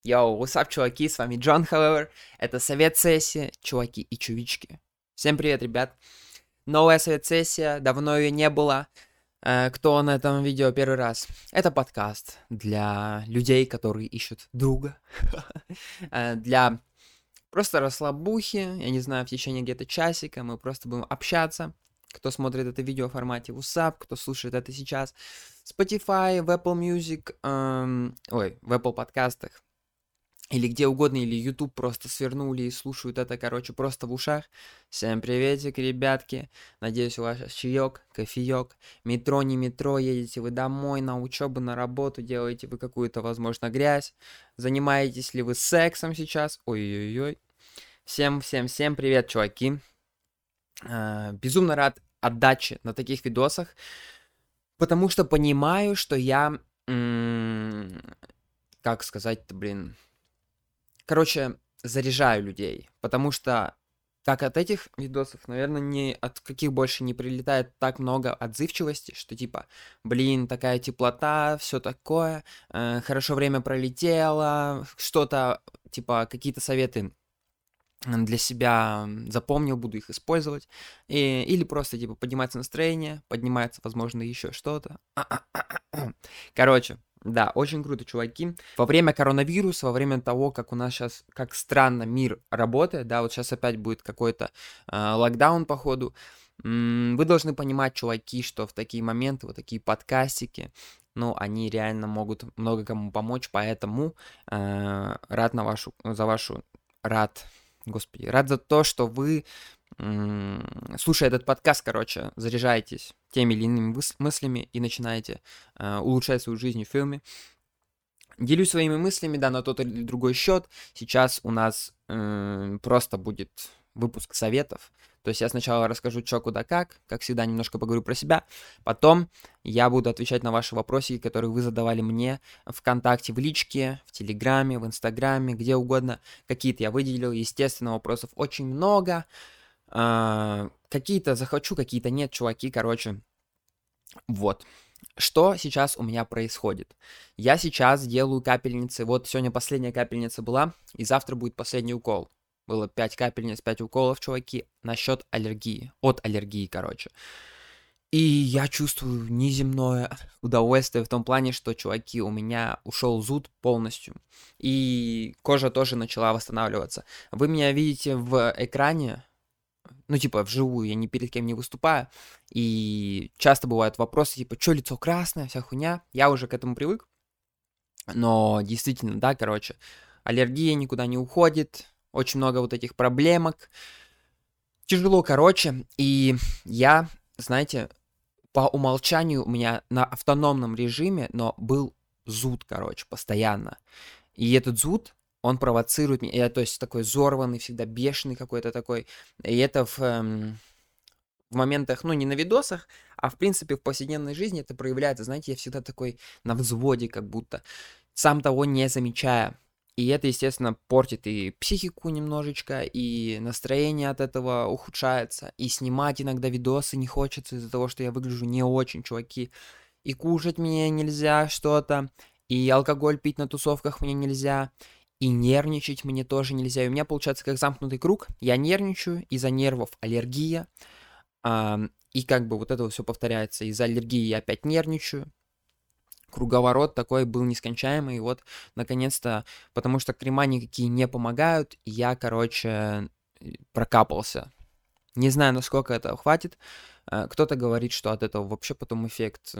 Йоу, what's up, чуваки, с вами Джон, however. Это совет-сессия, чуваки и чувички. Всем привет, ребят. Новая совет-сессия, давно ее не было. Кто на этом видео первый раз? Это подкаст для людей, которые ищут друга. Для просто расслабухи, я не знаю, в течение где-то часика мы просто будем общаться. Кто смотрит это видео в формате WhatsApp, кто слушает это сейчас в Spotify, в Apple Music, в Apple подкастах, или где угодно, или YouTube просто свернули и слушают это, короче, просто в ушах. Всем приветик, ребятки. Надеюсь, у вас сейчас чаек, кофеек, метро, не метро, едете вы домой, на учебу, на работу, делаете вы какую-то, возможно, грязь. Занимаетесь ли вы сексом сейчас? Ой-ой-ой. Всем привет, чуваки. Безумно рад отдаче на таких видосах, потому что понимаю, что я... как сказать-то, блин... Короче, заряжаю людей, потому что как от этих видосов, наверное, ни от каких больше не прилетает так много отзывчивости, что типа, блин, такая теплота, все такое, хорошо время пролетело, что-то, типа, какие-то советы для себя запомнил, буду их использовать, или просто, типа, поднимается настроение, поднимается, возможно, еще что-то. Короче, да, очень круто, чуваки. Во время коронавируса, во время того, как у нас сейчас, как странно мир работает, да, вот сейчас опять будет какой-то локдаун, походу, вы должны понимать, чуваки, что в такие моменты, вот такие подкастики, ну, они реально могут много кому помочь, поэтому рад рад за то, что вы, слушая этот подкаст, короче, заряжаетесь теми или иными мыслями и начинаете улучшать свою жизнь в фильме. Делюсь своими мыслями, да, на тот или другой счет. Сейчас у нас просто будет выпуск советов. То есть я сначала расскажу, что, куда, как всегда, немножко поговорю про себя. Потом я буду отвечать на ваши вопросики, которые вы задавали мне ВКонтакте, в личке, в Телеграме, в Инстаграме, где угодно. Какие-то я выделил, естественно, вопросов очень много. Какие-то захочу, какие-то нет, чуваки, короче. Вот. Что сейчас у меня происходит? Я сейчас делаю капельницы. Вот сегодня последняя капельница была, и завтра будет последний укол. Было 5 капельниц, 5 уколов, чуваки, насчет аллергии. От аллергии, короче. И я чувствую неземное удовольствие в том плане, что, чуваки, у меня ушел зуд полностью. И кожа тоже начала восстанавливаться. Вы меня видите в экране, ну, типа, вживую, я ни перед кем не выступаю, и часто бывают вопросы, типа, чё лицо красное, вся хуйня, я уже к этому привык, но действительно, да, короче, аллергия никуда не уходит, очень много вот этих проблемок, тяжело, короче, и я, знаете, по умолчанию у меня на автономном режиме, но был зуд, короче, постоянно, и этот зуд, он провоцирует меня, я, то есть, такой взорванный, всегда бешеный какой-то такой, и это в моментах, ну, не на видосах, а в принципе в повседневной жизни это проявляется. Знаете, я всегда такой на взводе, как будто, сам того не замечая. И это, естественно, портит и психику немножечко, и настроение от этого ухудшается, и снимать иногда видосы не хочется из-за того, что я выгляжу не очень, чуваки. И кушать мне нельзя что-то, и алкоголь пить на тусовках мне нельзя, и нервничать мне тоже нельзя. И у меня получается как замкнутый круг. Я нервничаю, из-за нервов аллергия, и как бы вот это все повторяется. Из-за аллергии я опять нервничаю. Круговорот такой был нескончаемый. И вот, наконец-то, потому что крема никакие не помогают, я, короче, прокапался. Не знаю, насколько этого хватит. Кто-то говорит, что от этого вообще потом эффект,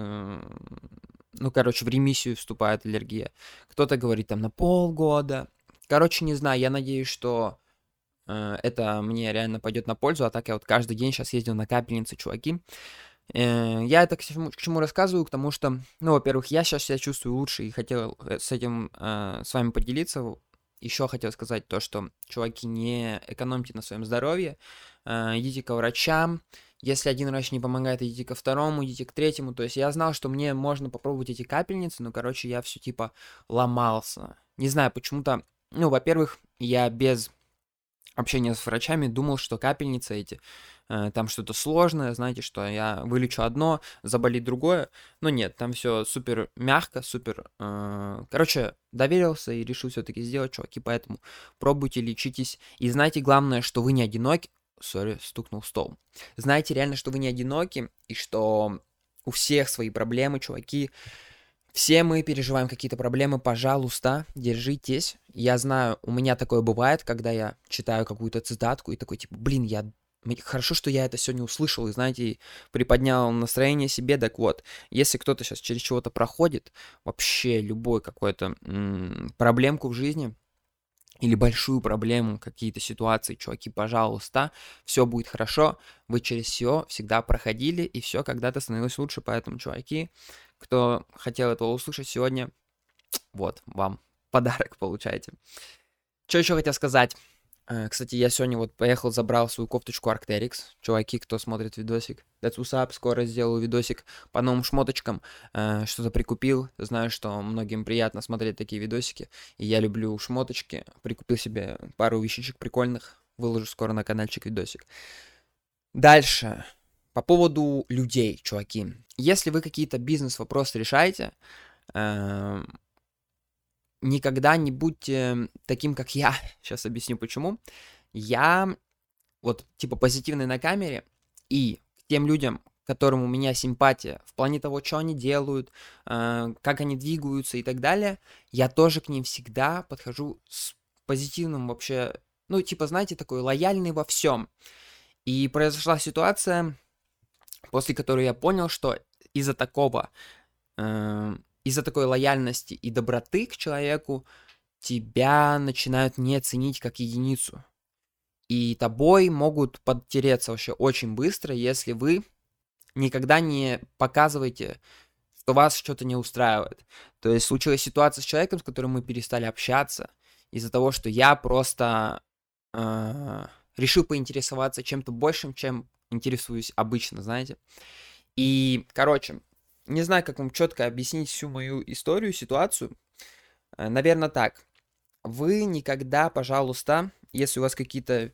ну, короче, в ремиссию вступает аллергия. Кто-то говорит там на полгода. Короче, не знаю, я надеюсь, что это мне реально пойдет на пользу, а так я вот каждый день сейчас ездил на капельницы, чуваки. Я это к чему рассказываю, к тому что, ну, во-первых, я сейчас себя чувствую лучше и хотел с этим с вами поделиться. Еще хотел сказать то, что, чуваки, не экономьте на своем здоровье, идите к врачам. Если один врач не помогает, идите ко второму, идите к третьему. То есть я знал, что мне можно попробовать эти капельницы, но, короче, я все типа ломался. Не знаю, почему-то, ну, во-первых, я без общения с врачами, думал, что капельницы эти, там что-то сложное, знаете, что я вылечу одно, заболит другое. Но нет, там все супер мягко, супер... Короче, доверился и решил все-таки сделать, чуваки, поэтому пробуйте, лечитесь. И знаете, главное, что вы не одиноки. Сори, стукнул в стол. Знаете реально, что вы не одиноки, и что у всех свои проблемы, чуваки. Все мы переживаем какие-то проблемы, пожалуйста, держитесь. Я знаю, у меня такое бывает, когда я читаю какую-то цитатку и такой, типа, блин, хорошо, что я это сегодня услышал, и, знаете, приподнял настроение себе. Так вот, если кто-то сейчас через чего-то проходит, вообще любой какой-то проблемку в жизни, или большую проблему, какие-то ситуации, чуваки, пожалуйста, все будет хорошо, вы через все всегда проходили, и все когда-то становилось лучше, поэтому, чуваки, кто хотел этого услышать сегодня, вот, вам подарок получаете. Что еще хотел сказать? Кстати, я сегодня вот поехал, забрал свою кофточку Arc'teryx. Чуваки, кто смотрит видосик, that's what's up, скоро сделаю видосик по новым шмоточкам. Что-то прикупил. Знаю, что многим приятно смотреть такие видосики. И я люблю шмоточки. Прикупил себе пару вещичек прикольных. Выложу скоро на каналчик видосик. Дальше. По поводу людей, чуваки. Если вы какие-то бизнес-вопросы решаете, никогда не будьте таким, как я. Сейчас объясню почему. Я вот типа позитивный на камере, и к тем людям, которым у меня симпатия в плане того, что они делают, как они двигаются и так далее, я тоже к ним всегда подхожу с позитивным вообще, ну типа, знаете, такой лояльный во всем. И произошла ситуация, после которой я понял, что из-за такого из-за такой лояльности и доброты к человеку тебя начинают не ценить как единицу. И тобой могут подтереться вообще очень быстро, если вы никогда не показываете, что вас что-то не устраивает. То есть случилась ситуация с человеком, с которым мы перестали общаться, из-за того, что я просто решил поинтересоваться чем-то большим, чем интересуюсь обычно, знаете. И, короче, не знаю, как вам четко объяснить всю мою историю, ситуацию. Наверное, так. Вы никогда, пожалуйста, если у вас какие-то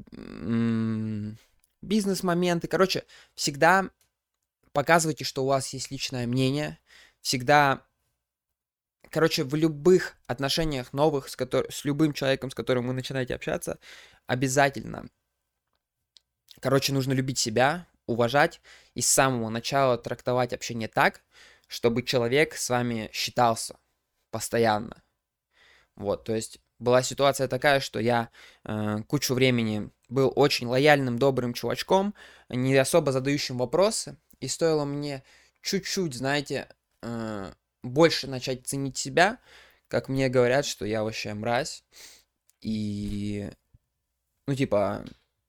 бизнес-моменты, короче, всегда показывайте, что у вас есть личное мнение. Всегда, короче, в любых отношениях новых с любым человеком, с которым вы начинаете общаться, обязательно, короче, нужно любить себя, уважать и с самого начала трактовать общение так, чтобы человек с вами считался постоянно. Вот, то есть была ситуация такая, что я кучу времени был очень лояльным, добрым чувачком, не особо задающим вопросы, и стоило мне чуть-чуть, знаете, больше начать ценить себя, как мне говорят, что я вообще мразь, и, ну, типа...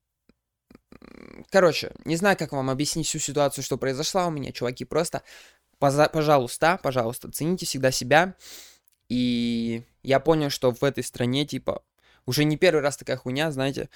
Короче, не знаю, как вам объяснить всю ситуацию, что произошла у меня, чуваки, просто, пожалуйста, цените всегда себя, и я понял, что в этой стране, типа, уже не первый раз такая хуйня, знаете,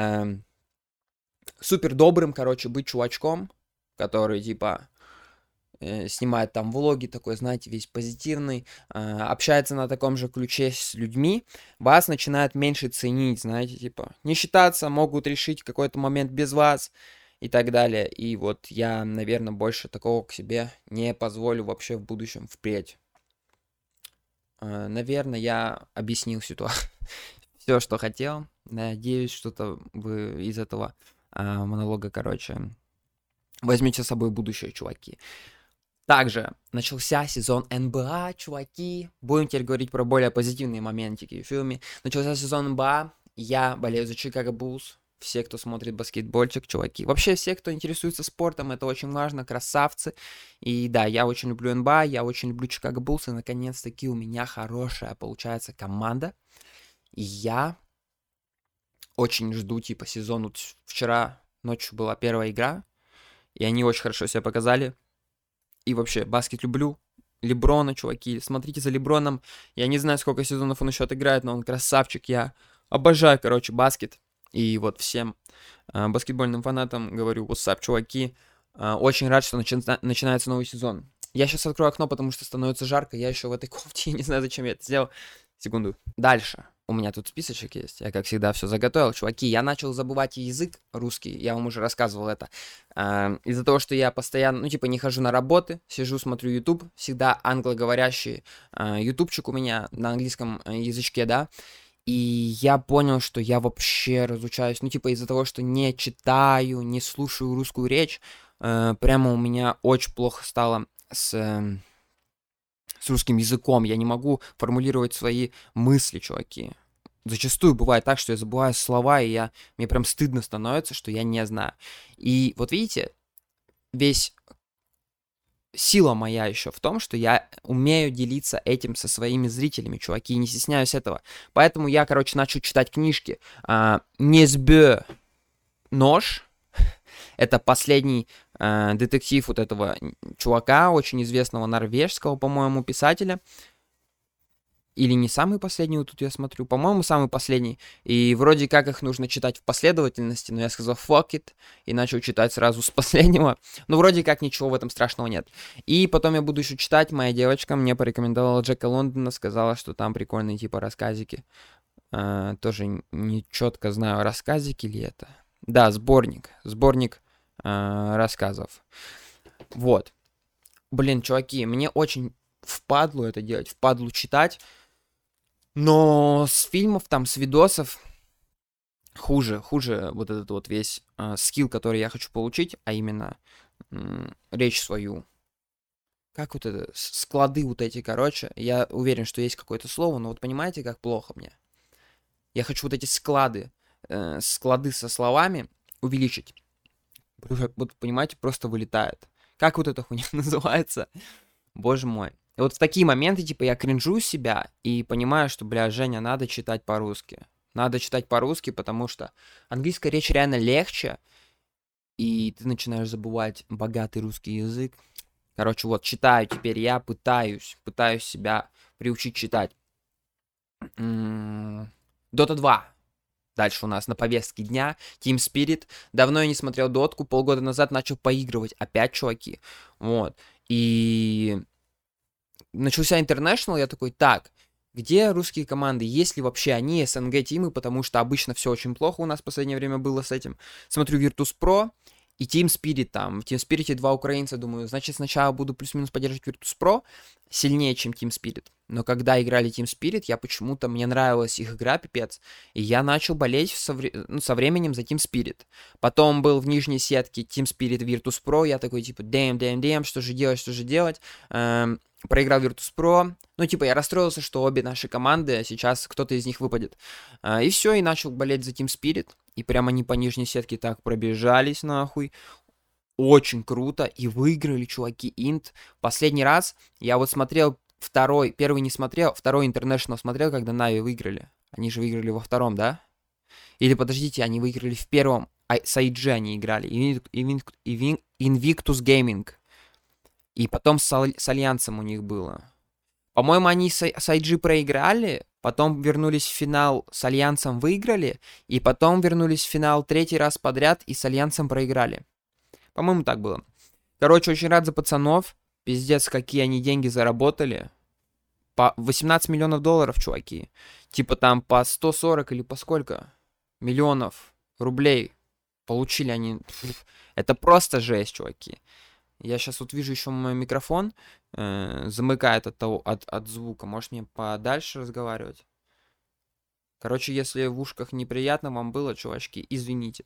супер добрым, короче, быть чувачком, который, типа, снимает там влоги, такой, знаете, весь позитивный, общается на таком же ключе с людьми, вас начинают меньше ценить, знаете, типа, не считаться, могут решить какой-то момент без вас и так далее. И вот я, наверное, больше такого к себе не позволю вообще в будущем впредь. Наверное, я объяснил ситуацию, все, что хотел. Надеюсь, что-то вы из этого монолога, короче, возьмите с собой в будущее, чуваки. Также начался сезон НБА, чуваки. Будем теперь говорить про более позитивные моментики в фильме. Начался сезон НБА. Я болею за Чикаго Буллс. Все, кто смотрит баскетбольчик, чуваки. Вообще, все, кто интересуется спортом, это очень важно, красавцы. И да, я очень люблю НБА, я очень люблю Чикаго Буллс. И наконец-таки у меня хорошая, получается, команда. И я очень жду, типа, сезон. Вот вчера ночью была первая игра. И они очень хорошо себя показали. И вообще, баскет люблю. Леброна, чуваки. Смотрите за Леброном. Я не знаю, сколько сезонов он еще отыграет, но он красавчик. Я обожаю, короче, баскет. И вот всем баскетбольным фанатам говорю, what's up, чуваки. Очень рад, что начинается новый сезон. Я сейчас открою окно, потому что становится жарко. Я еще в этой кофте, не знаю, зачем я это сделал. Секунду. Дальше. у меня тут списочек есть, я, как всегда, все заготовил. Чуваки, я начал забывать язык русский, я вам уже рассказывал это. Из-за того, что я постоянно, ну, типа, не хожу на работы, сижу, смотрю YouTube, всегда англоговорящий ютубчик у меня на английском язычке, да. И я понял, что я вообще разучаюсь, ну, типа, из-за того, что не читаю, не слушаю русскую речь, прямо у меня очень плохо стало с русским языком. Я не могу формулировать свои мысли, чуваки. Зачастую бывает так, что я забываю слова, и мне прям стыдно становится, что я не знаю. И вот видите, весь сила моя еще в том, что я умею делиться этим со своими зрителями, чуваки, и не стесняюсь этого. Поэтому я, короче, начал читать книжки. Несбё нож. Это последний детектив вот этого чувака, очень известного норвежского, по-моему, писателя. Или не самый последний, вот тут я смотрю, по-моему, самый последний. И вроде как их нужно читать в последовательности, но я сказал fuck it, и начал читать сразу с последнего. Но вроде как ничего в этом страшного нет. И потом я буду еще читать, моя девочка мне порекомендовала Джека Лондона, сказала, что там прикольные типа рассказики. Тоже не четко знаю, рассказики ли это. Да, сборник рассказов. Вот. Блин, чуваки, мне очень впадлу это делать, впадлу читать. Но с фильмов, там, с видосов хуже вот этот вот весь скилл, который я хочу получить, а именно речь свою. Как вот это, склады вот эти, короче. Я уверен, что есть какое-то слово, но вот понимаете, как плохо мне? Я хочу вот эти склады со словами увеличить. Вот, понимаете, просто вылетает. Как вот эта хуйня называется? Боже мой. И вот в такие моменты, типа, я кринжу себя и понимаю, что, бля, Женя, надо читать по-русски. Надо читать по-русски, потому что английская речь реально легче, и ты начинаешь забывать богатый русский язык. Короче, вот, читаю теперь я, пытаюсь себя приучить читать. Dota 2. Дальше у нас на повестке дня Team Spirit. Давно я не смотрел дотку, полгода назад начал поигрывать. Опять, чуваки. Вот. И начался International, я такой, так, где русские команды, есть ли вообще они, СНГ-тимы, потому что обычно все очень плохо у нас в последнее время было с этим. Смотрю Virtus.pro и Team Spirit там. В Team Spirit 2 украинца, думаю, значит, сначала буду плюс-минус поддерживать Virtus.pro сильнее, чем Team Spirit. Но когда играли Team Spirit, я почему-то, мне нравилась их игра, пипец, и я начал болеть со временем за Team Spirit. Потом был в нижней сетке Team Spirit Virtus.pro, я такой, типа, damn, что же делать? Проиграл Virtus.pro. Ну, типа, я расстроился, что обе наши команды, а сейчас кто-то из них выпадет. И все, и начал болеть за Team Spirit. И прямо они по нижней сетке так пробежались, нахуй. Очень круто. И выиграли, чуваки, инт. Последний раз я вот смотрел первый не смотрел, второй International смотрел, когда Нави выиграли. Они же выиграли во втором, да? Или, подождите, они выиграли в первом. С IG они играли. Invictus Gaming. И потом с Альянсом у них было. По-моему, они с IG проиграли, потом вернулись в финал с Альянсом, выиграли, и потом вернулись в финал третий раз подряд и с Альянсом проиграли. По-моему, так было. Короче, очень рад за пацанов. Пиздец, какие они деньги заработали. По 18 миллионов долларов, чуваки. Типа там по 140 или по сколько миллионов рублей получили они. Это просто жесть, чуваки. Я сейчас вот вижу еще мой микрофон замыкает от звука. Можешь мне подальше разговаривать? Короче, если в ушках неприятно вам было, чувачки, извините.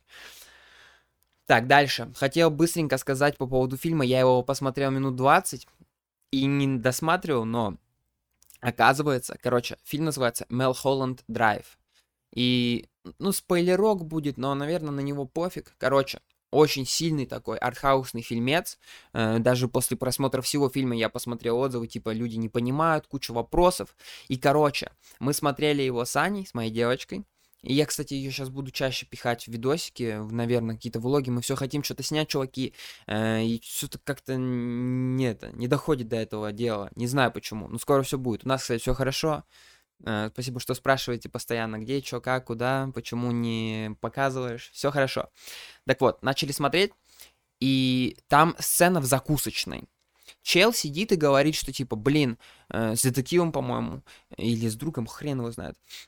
Так, дальше. Хотел быстренько сказать по поводу фильма. Я его посмотрел минут 20 и не досматривал, но оказывается, короче, фильм называется Mulholland Drive. И, ну, спойлерок будет, но, наверное, на него пофиг. Короче, очень сильный такой артхаусный фильмец. Даже после просмотра всего фильма я посмотрел отзывы, типа, люди не понимают, куча вопросов. И, короче, мы смотрели его с Аней, с моей девочкой. И я, кстати, ее сейчас буду чаще пихать в видосики, наверное, какие-то влоги. Мы все хотим что-то снять, чуваки. И что-то как-то не доходит до этого дела. Не знаю почему. Но скоро все будет. У нас, кстати, все хорошо. Спасибо, что спрашиваете постоянно, где, что, как, куда, почему не показываешь. Все хорошо. Так вот, начали смотреть, и там сцена в закусочной. Чел сидит и говорит, что типа, блин, с детективом, по-моему, или с другом, хрен его знает.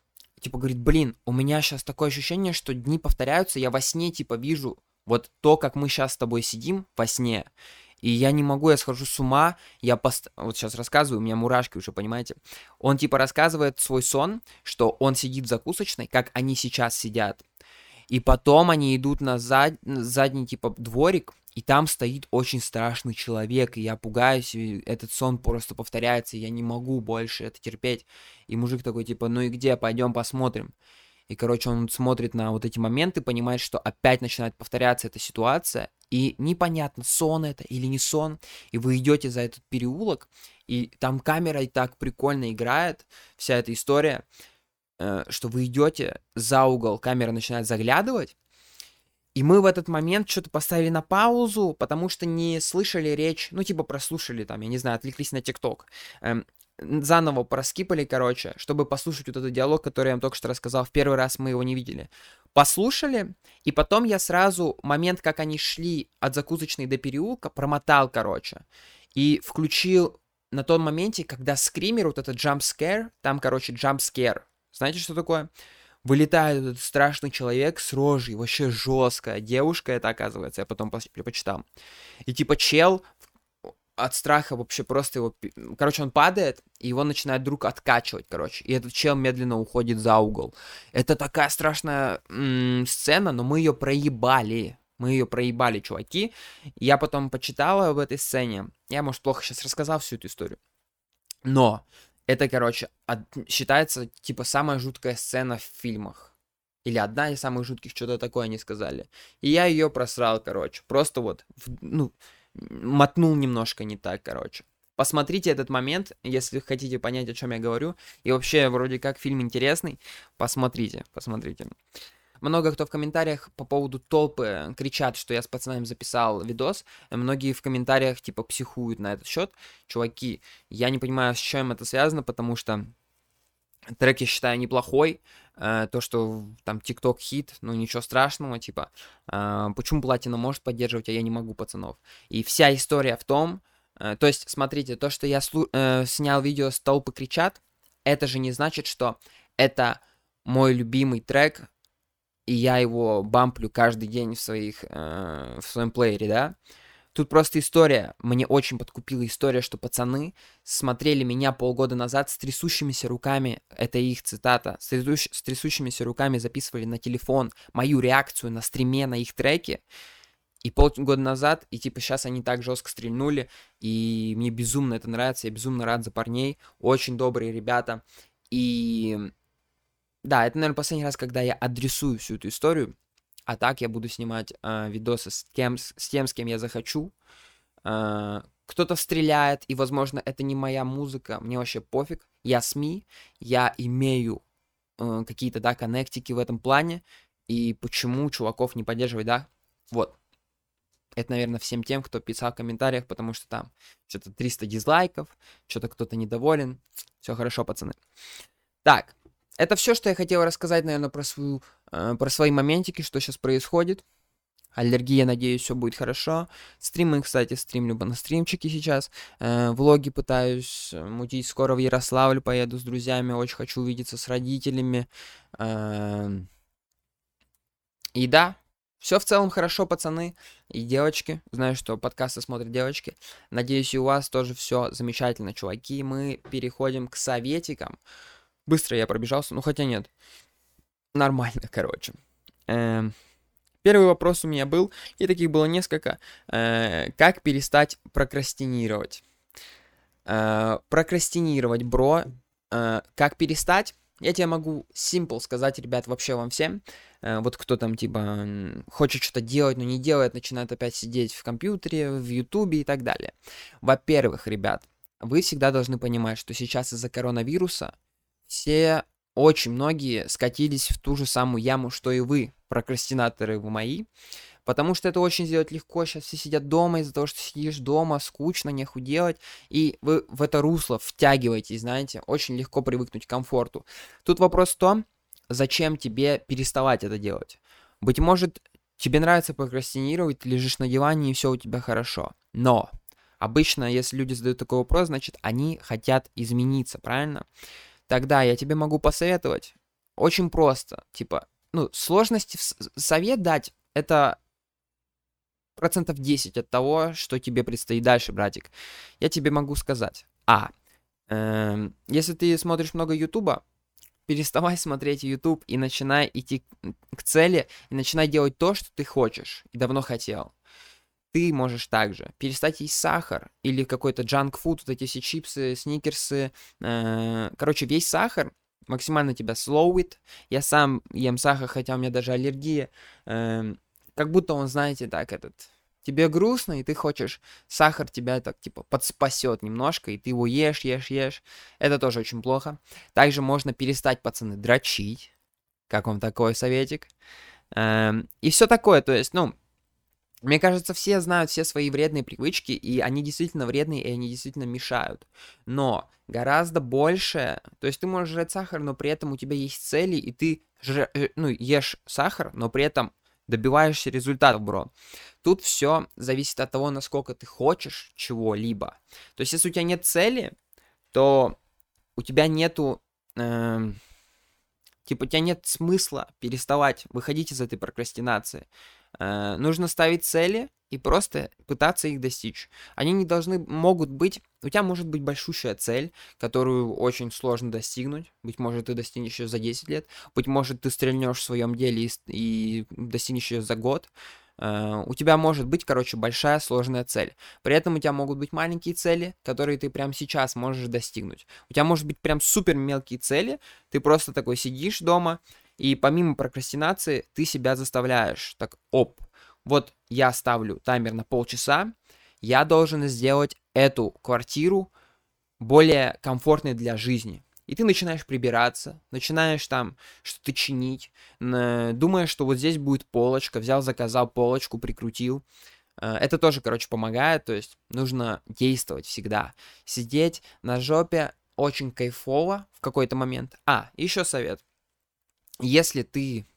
типа, говорит, блин, у меня сейчас такое ощущение, что дни повторяются, я во сне, типа, вижу вот то, как мы сейчас с тобой сидим во сне, и я не могу, я схожу с ума, вот сейчас рассказываю, у меня мурашки уже, понимаете? Он, типа, рассказывает свой сон, что он сидит в закусочной, как они сейчас сидят, и потом они идут на задний, типа, дворик, и там стоит очень страшный человек, и я пугаюсь, и этот сон просто повторяется, и я не могу больше это терпеть. И мужик такой, типа, ну и где, пойдем посмотрим. И, короче, он смотрит на вот эти моменты, понимает, что опять начинает повторяться эта ситуация, и непонятно, сон это или не сон, и вы идете за этот переулок, и там камера и так прикольно играет, вся эта история, что вы идете за угол, камера начинает заглядывать, и мы в этот момент что-то поставили на паузу, потому что не слышали речь, ну, типа прослушали там, я не знаю, отвлеклись на ТикТок. Заново проскипали, короче, чтобы послушать вот этот диалог, который я вам только что рассказал. В первый раз мы его не видели. Послушали, и потом я сразу момент, как они шли от закусочной до переулка, промотал, короче. И включил на том моменте, когда скример, вот этот jump-scare, там, короче, jump-scare. Знаете, что такое? Вылетает этот страшный человек с рожей, вообще жесткая. Девушка это, оказывается, я потом почитал. И типа чел от страха вообще просто его... Короче, он падает, и его начинает вдруг откачивать, короче. И этот чел медленно уходит за угол. Это такая страшная сцена, но мы ее проебали. Мы ее проебали, чуваки. Я потом почитал об этой сцене. Я, может, плохо сейчас рассказал всю эту историю. Но это, короче, считается, типа, самая жуткая сцена в фильмах. Или одна из самых жутких, что-то такое они сказали. И я ее просрал, короче. Просто вот, мотнул немножко не так, короче. Посмотрите этот момент, если хотите понять, о чем я говорю. И вообще, вроде как, фильм интересный. Посмотрите. Много кто в комментариях по поводу толпы кричат, что я с пацанами записал видос. Многие в комментариях типа психуют на этот счет. Чуваки, я не понимаю, с чем это связано, потому что трек я считаю неплохой. То, что там TikTok хит, ну ничего страшного, типа. Почему Платина может поддерживать, а я не могу, пацанов? И вся история в том, то есть, смотрите, то, что я снял видео с толпы кричат, это же не значит, что это мой любимый трек, и я его бамплю каждый день в своем плеере, да? Тут просто история, мне очень подкупила история, что пацаны смотрели меня полгода назад с трясущимися руками, это их цитата, с трясущимися руками записывали на телефон мою реакцию на стриме на их треки, и полгода назад, и типа сейчас они так жестко стрельнули, и мне безумно это нравится, я безумно рад за парней, очень добрые ребята, и... Да, это, наверное, последний раз, когда я адресую всю эту историю. А так я буду снимать видосы с тем, с кем я захочу. Кто-то стреляет, и, возможно, это не моя музыка. Мне вообще пофиг. Я СМИ, я имею какие-то, да, коннектики в этом плане. И почему чуваков не поддерживать, да? Вот. Это, наверное, всем тем, кто писал в комментариях, потому что там что-то 300 дизлайков, что-то кто-то недоволен. Все хорошо, пацаны. Так. Это все, что я хотел рассказать, наверное, про свои моментики, что сейчас происходит. Аллергия, надеюсь, все будет хорошо. Стримы, кстати, стримлю на стримчике сейчас. Влоги пытаюсь мутить. Скоро в Ярославль поеду с друзьями. Очень хочу увидеться с родителями. И да, все в целом хорошо, пацаны и девочки. Знаю, что подкасты смотрят девочки. Надеюсь, и у вас тоже все замечательно, чуваки. Мы переходим к советикам. Быстро я пробежался, ну хотя нет. Нормально, короче. Первый вопрос у меня был, и таких было несколько. Как перестать прокрастинировать? Прокрастинировать, бро. Как перестать? Я тебе могу simple сказать, ребят, вообще вам всем. Вот кто там, типа, хочет что-то делать, но не делает, начинает опять сидеть в компьютере, в ютубе и так далее. Во-первых, ребят, вы всегда должны понимать, что сейчас из-за коронавируса очень многие скатились в ту же самую яму, что и вы, прокрастинаторы вы мои, потому что это очень сделать легко, сейчас все сидят дома, из-за того, что сидишь дома, скучно, нехуй делать, и вы в это русло втягиваетесь, знаете, очень легко привыкнуть к комфорту. Тут вопрос в том, зачем тебе переставать это делать. Быть может, тебе нравится прокрастинировать, ты лежишь на диване, и все у тебя хорошо, но обычно, если люди задают такой вопрос, значит, они хотят измениться, правильно? Тогда я тебе могу посоветовать очень просто. Типа, ну, сложности совет дать, это процентов 10 от того, что тебе предстоит дальше, братик. Я тебе могу сказать. Если ты смотришь много Ютуба, переставай смотреть YouTube и начинай идти к цели, и начинай делать то, что ты хочешь и давно хотел. Ты можешь также перестать есть сахар или какой-то джанк-фуд, вот эти все чипсы, сникерсы. Короче, весь сахар максимально тебя слоуит. Я сам ем сахар, хотя у меня даже аллергия. Как будто он, знаете, так тебе грустно, и ты хочешь, сахар тебя так, типа, подспасет немножко, и ты его ешь. Это тоже очень плохо. Также можно перестать, пацаны, дрочить. Как вам такой советик? И все такое, то есть, ну, мне кажется, все знают все свои вредные привычки, и они действительно вредные, и они действительно мешают. Но гораздо больше, то есть ты можешь жрать сахар, но при этом у тебя есть цели, и ты ешь сахар, но при этом добиваешься результатов, бро. Тут все зависит от того, насколько ты хочешь чего-либо. То есть если у тебя нет цели, то у тебя нету... Типа, у тебя нет смысла переставать выходить из этой прокрастинации. Нужно ставить цели и просто пытаться их достичь. Они не должны, могут быть... У тебя может быть большущая цель, которую очень сложно достигнуть. Быть может, ты достигнешь ее за 10 лет. Быть может, ты стрельнешь в своем деле и достигнешь ее за год. У тебя может быть, короче, большая сложная цель. При этом у тебя могут быть маленькие цели, которые ты прямо сейчас можешь достигнуть. У тебя может быть прям супер мелкие цели, ты просто такой сидишь дома, и помимо прокрастинации ты себя заставляешь. Так, вот я ставлю таймер на полчаса, я должен сделать эту квартиру более комфортной для жизни. И ты начинаешь прибираться, начинаешь там что-то чинить, думаешь, что вот здесь будет полочка, взял, заказал полочку, прикрутил. Это тоже, короче, помогает, то есть нужно действовать всегда. Сидеть на жопе очень кайфово в какой-то момент. Еще совет. Если ты...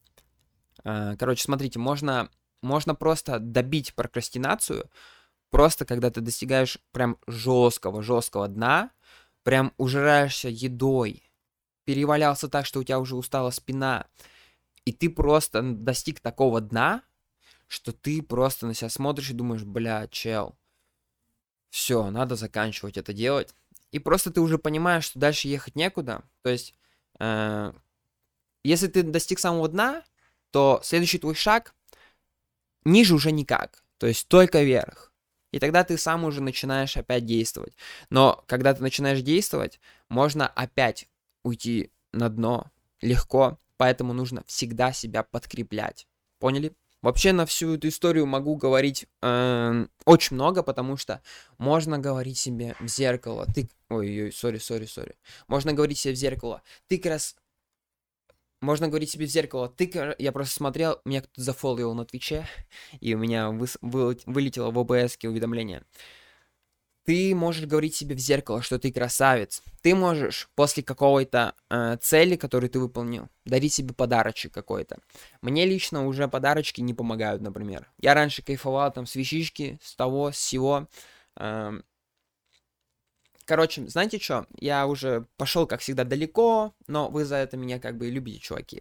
Короче, смотрите, можно просто добить прокрастинацию, просто когда ты достигаешь прям жесткого дна, прям ужираешься едой, перевалялся так, что у тебя уже устала спина, и ты просто достиг такого дна, что ты просто на себя смотришь и думаешь, бля, чел, все, надо заканчивать это делать. И просто ты уже понимаешь, что дальше ехать некуда. То есть, если ты достиг самого дна, то следующий твой шаг ниже уже никак. То есть только вверх. И тогда ты сам уже начинаешь опять действовать. Но когда ты начинаешь действовать, можно опять уйти на дно легко. Поэтому нужно всегда себя подкреплять. Поняли? Вообще на всю эту историю могу говорить очень много, потому что можно говорить себе в зеркало. Ой-ой, сори. Можно говорить себе в зеркало. Можно говорить себе в зеркало. Я просто смотрел, меня кто-то зафолловил на Твиче, и у меня вылетело в ОБС уведомление. Ты можешь говорить себе в зеркало, что ты красавец. Ты можешь после какой-то цели, которую ты выполнил, дарить себе подарочек какой-то. Мне лично уже подарочки не помогают, например. Я раньше кайфовал там с вещички, с того, с сего. Короче, знаете что? Я уже пошел, как всегда, далеко, но вы за это меня как бы и любите, чуваки.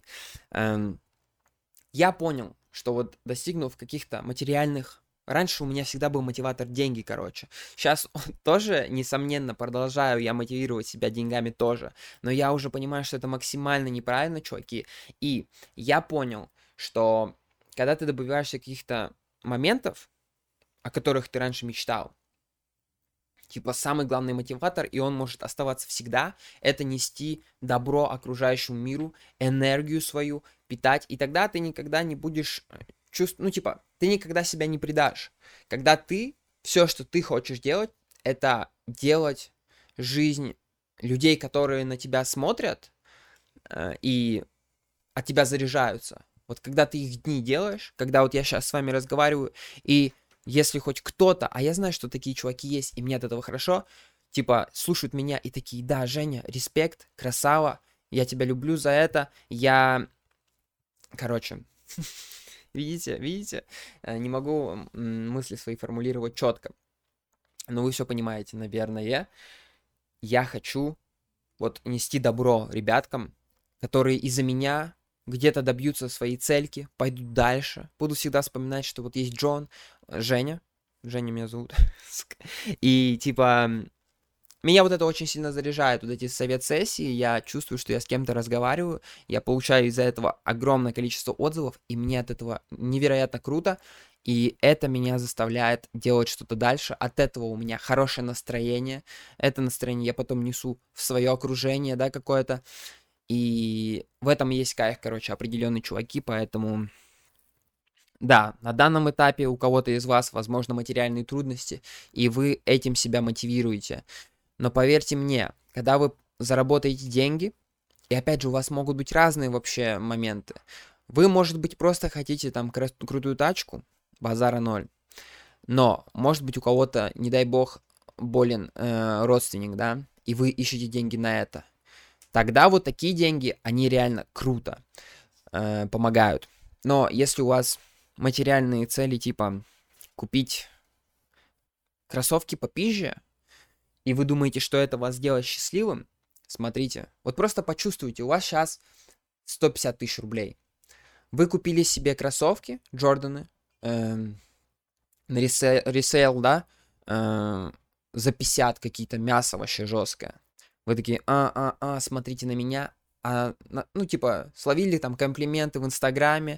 Я понял, что вот достигнув каких-то материальных... Раньше у меня всегда был мотиватор деньги, короче. Сейчас тоже, несомненно, продолжаю я мотивировать себя деньгами тоже. Но я уже понимаю, что это максимально неправильно, чуваки. И я понял, что когда ты добиваешься каких-то моментов, о которых ты раньше мечтал, типа самый главный мотиватор, и он может оставаться всегда, это нести добро окружающему миру, энергию свою, питать, и тогда ты никогда не будешь чувствовать, ты никогда себя не предашь. Когда ты, все, что ты хочешь делать, это делать жизнь людей, которые на тебя смотрят и от тебя заряжаются. Вот когда ты их дни делаешь, когда вот я сейчас с вами разговариваю, и если хоть кто-то, а я знаю, что такие чуваки есть, и мне от этого хорошо, типа, слушают меня и такие, да, Женя, респект, красава, я тебя люблю за это, короче, видите, не могу мысли свои формулировать четко, но вы все понимаете, наверное, я хочу вот нести добро ребяткам, которые из-за меня где-то добьются своей цельки, пойдут дальше. Буду всегда вспоминать, что вот есть Джон, Женя меня зовут. И типа меня вот это очень сильно заряжает, вот эти совет-сессии, я чувствую, что я с кем-то разговариваю, я получаю из-за этого огромное количество отзывов, и мне от этого невероятно круто, и это меня заставляет делать что-то дальше, от этого у меня хорошее настроение, это настроение я потом несу в свое окружение, да, какое-то, и в этом есть кайф, короче, определенные чуваки, поэтому... Да, на данном этапе у кого-то из вас, возможно, материальные трудности, и вы этим себя мотивируете. Но поверьте мне, когда вы заработаете деньги, и опять же, у вас могут быть разные вообще моменты. Вы, может быть, просто хотите там крутую тачку, базара ноль. Но, может быть, у кого-то, не дай бог, болен родственник, да, и вы ищете деньги на это. Тогда вот такие деньги, они реально круто помогают. Но если у вас материальные цели, типа купить кроссовки попизже, и вы думаете, что это вас сделает счастливым, смотрите, вот просто почувствуйте, у вас сейчас 150 тысяч рублей. Вы купили себе кроссовки, Джорданы, на ресейл, да, за 50 какие-то, мясо вообще жесткое. Вы такие, смотрите на меня, ну, типа, словили там комплименты в Инстаграме,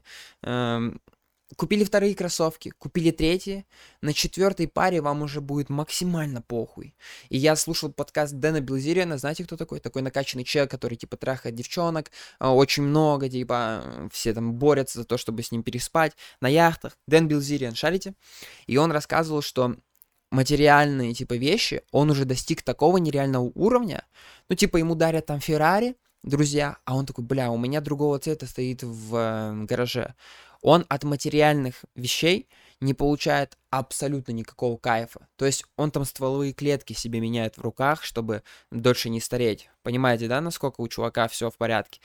купили вторые кроссовки, купили третьи, на четвертой паре вам уже будет максимально похуй. И я слушал подкаст Дэна Билзериана, знаете, кто такой? Такой накачанный человек, который, типа, трахает девчонок, очень много, типа, все там борются за то, чтобы с ним переспать, на яхтах. Дэн Билзериан, шарите? И он рассказывал, что материальные, типа, вещи, он уже достиг такого нереального уровня, ну, типа, ему дарят там Феррари, друзья, а он такой, бля, у меня другого цвета стоит в гараже. Он от материальных вещей не получает абсолютно никакого кайфа. То есть он там стволовые клетки себе меняет в руках, чтобы дольше не стареть. Понимаете, да, насколько у чувака все в порядке?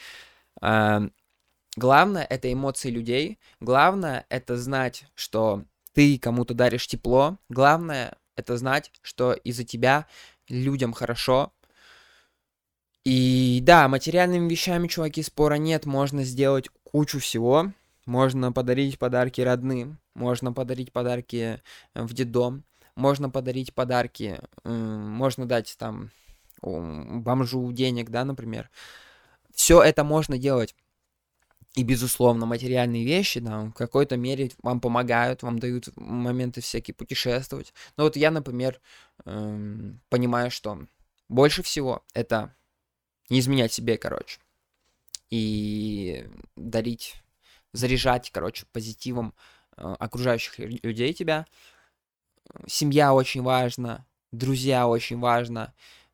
Главное — это эмоции людей. Главное — это знать, что ты кому-то даришь тепло. Главное — это знать, что из-за тебя людям хорошо. И да, материальными вещами, чуваки, спора нет. Можно сделать кучу всего. Можно подарить подарки родным, можно подарить подарки в детдом, можно подарить подарки, можно дать там бомжу денег, да, например. Все это можно делать. И, безусловно, материальные вещи, да, в какой-то мере вам помогают, вам дают моменты всякие путешествовать. Но вот я, например, понимаю, что больше всего это не изменять себе, короче, и заряжать, короче, позитивом окружающих людей тебя. Семья очень важна, друзья очень важно.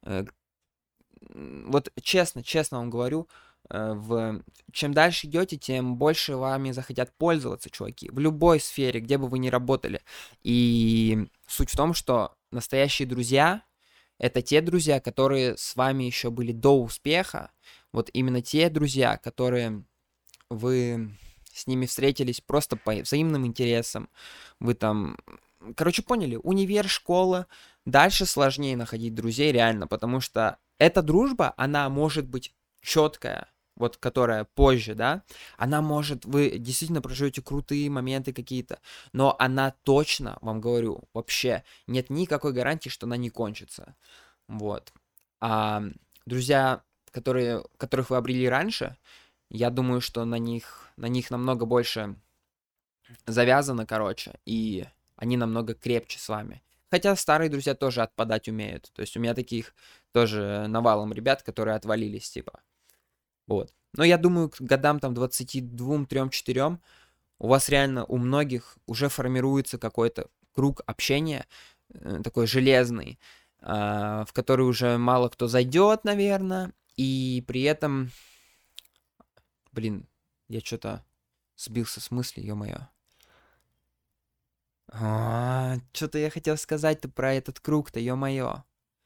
Вот честно вам говорю, чем дальше идете, тем больше вами захотят пользоваться, чуваки. В любой сфере, где бы вы ни работали. И суть в том, что настоящие друзья — это те друзья, которые с вами еще были до успеха. Вот именно те друзья, которые вы с ними встретились просто по взаимным интересам. Вы там, короче, поняли, универ, школа. Дальше сложнее находить друзей реально, потому что эта дружба, она может быть четкая, вот которая позже, да, она может, вы действительно проживете крутые моменты какие-то, но она точно, вам говорю, вообще нет никакой гарантии, что она не кончится. Вот. А друзья, которых вы обрели раньше, я думаю, что на них намного больше завязано, короче, и они намного крепче с вами. Хотя старые друзья тоже отпадать умеют. То есть у меня таких тоже навалом ребят, которые отвалились, типа. Вот. Но я думаю, к годам там 22, 3, 4 у вас реально у многих уже формируется какой-то круг общения, такой железный, в который уже мало кто зайдет, наверное, и при этом... Блин, я что-то сбился с мысли, ё-моё. Что-то я хотел сказать-то про этот круг-то, ё-моё.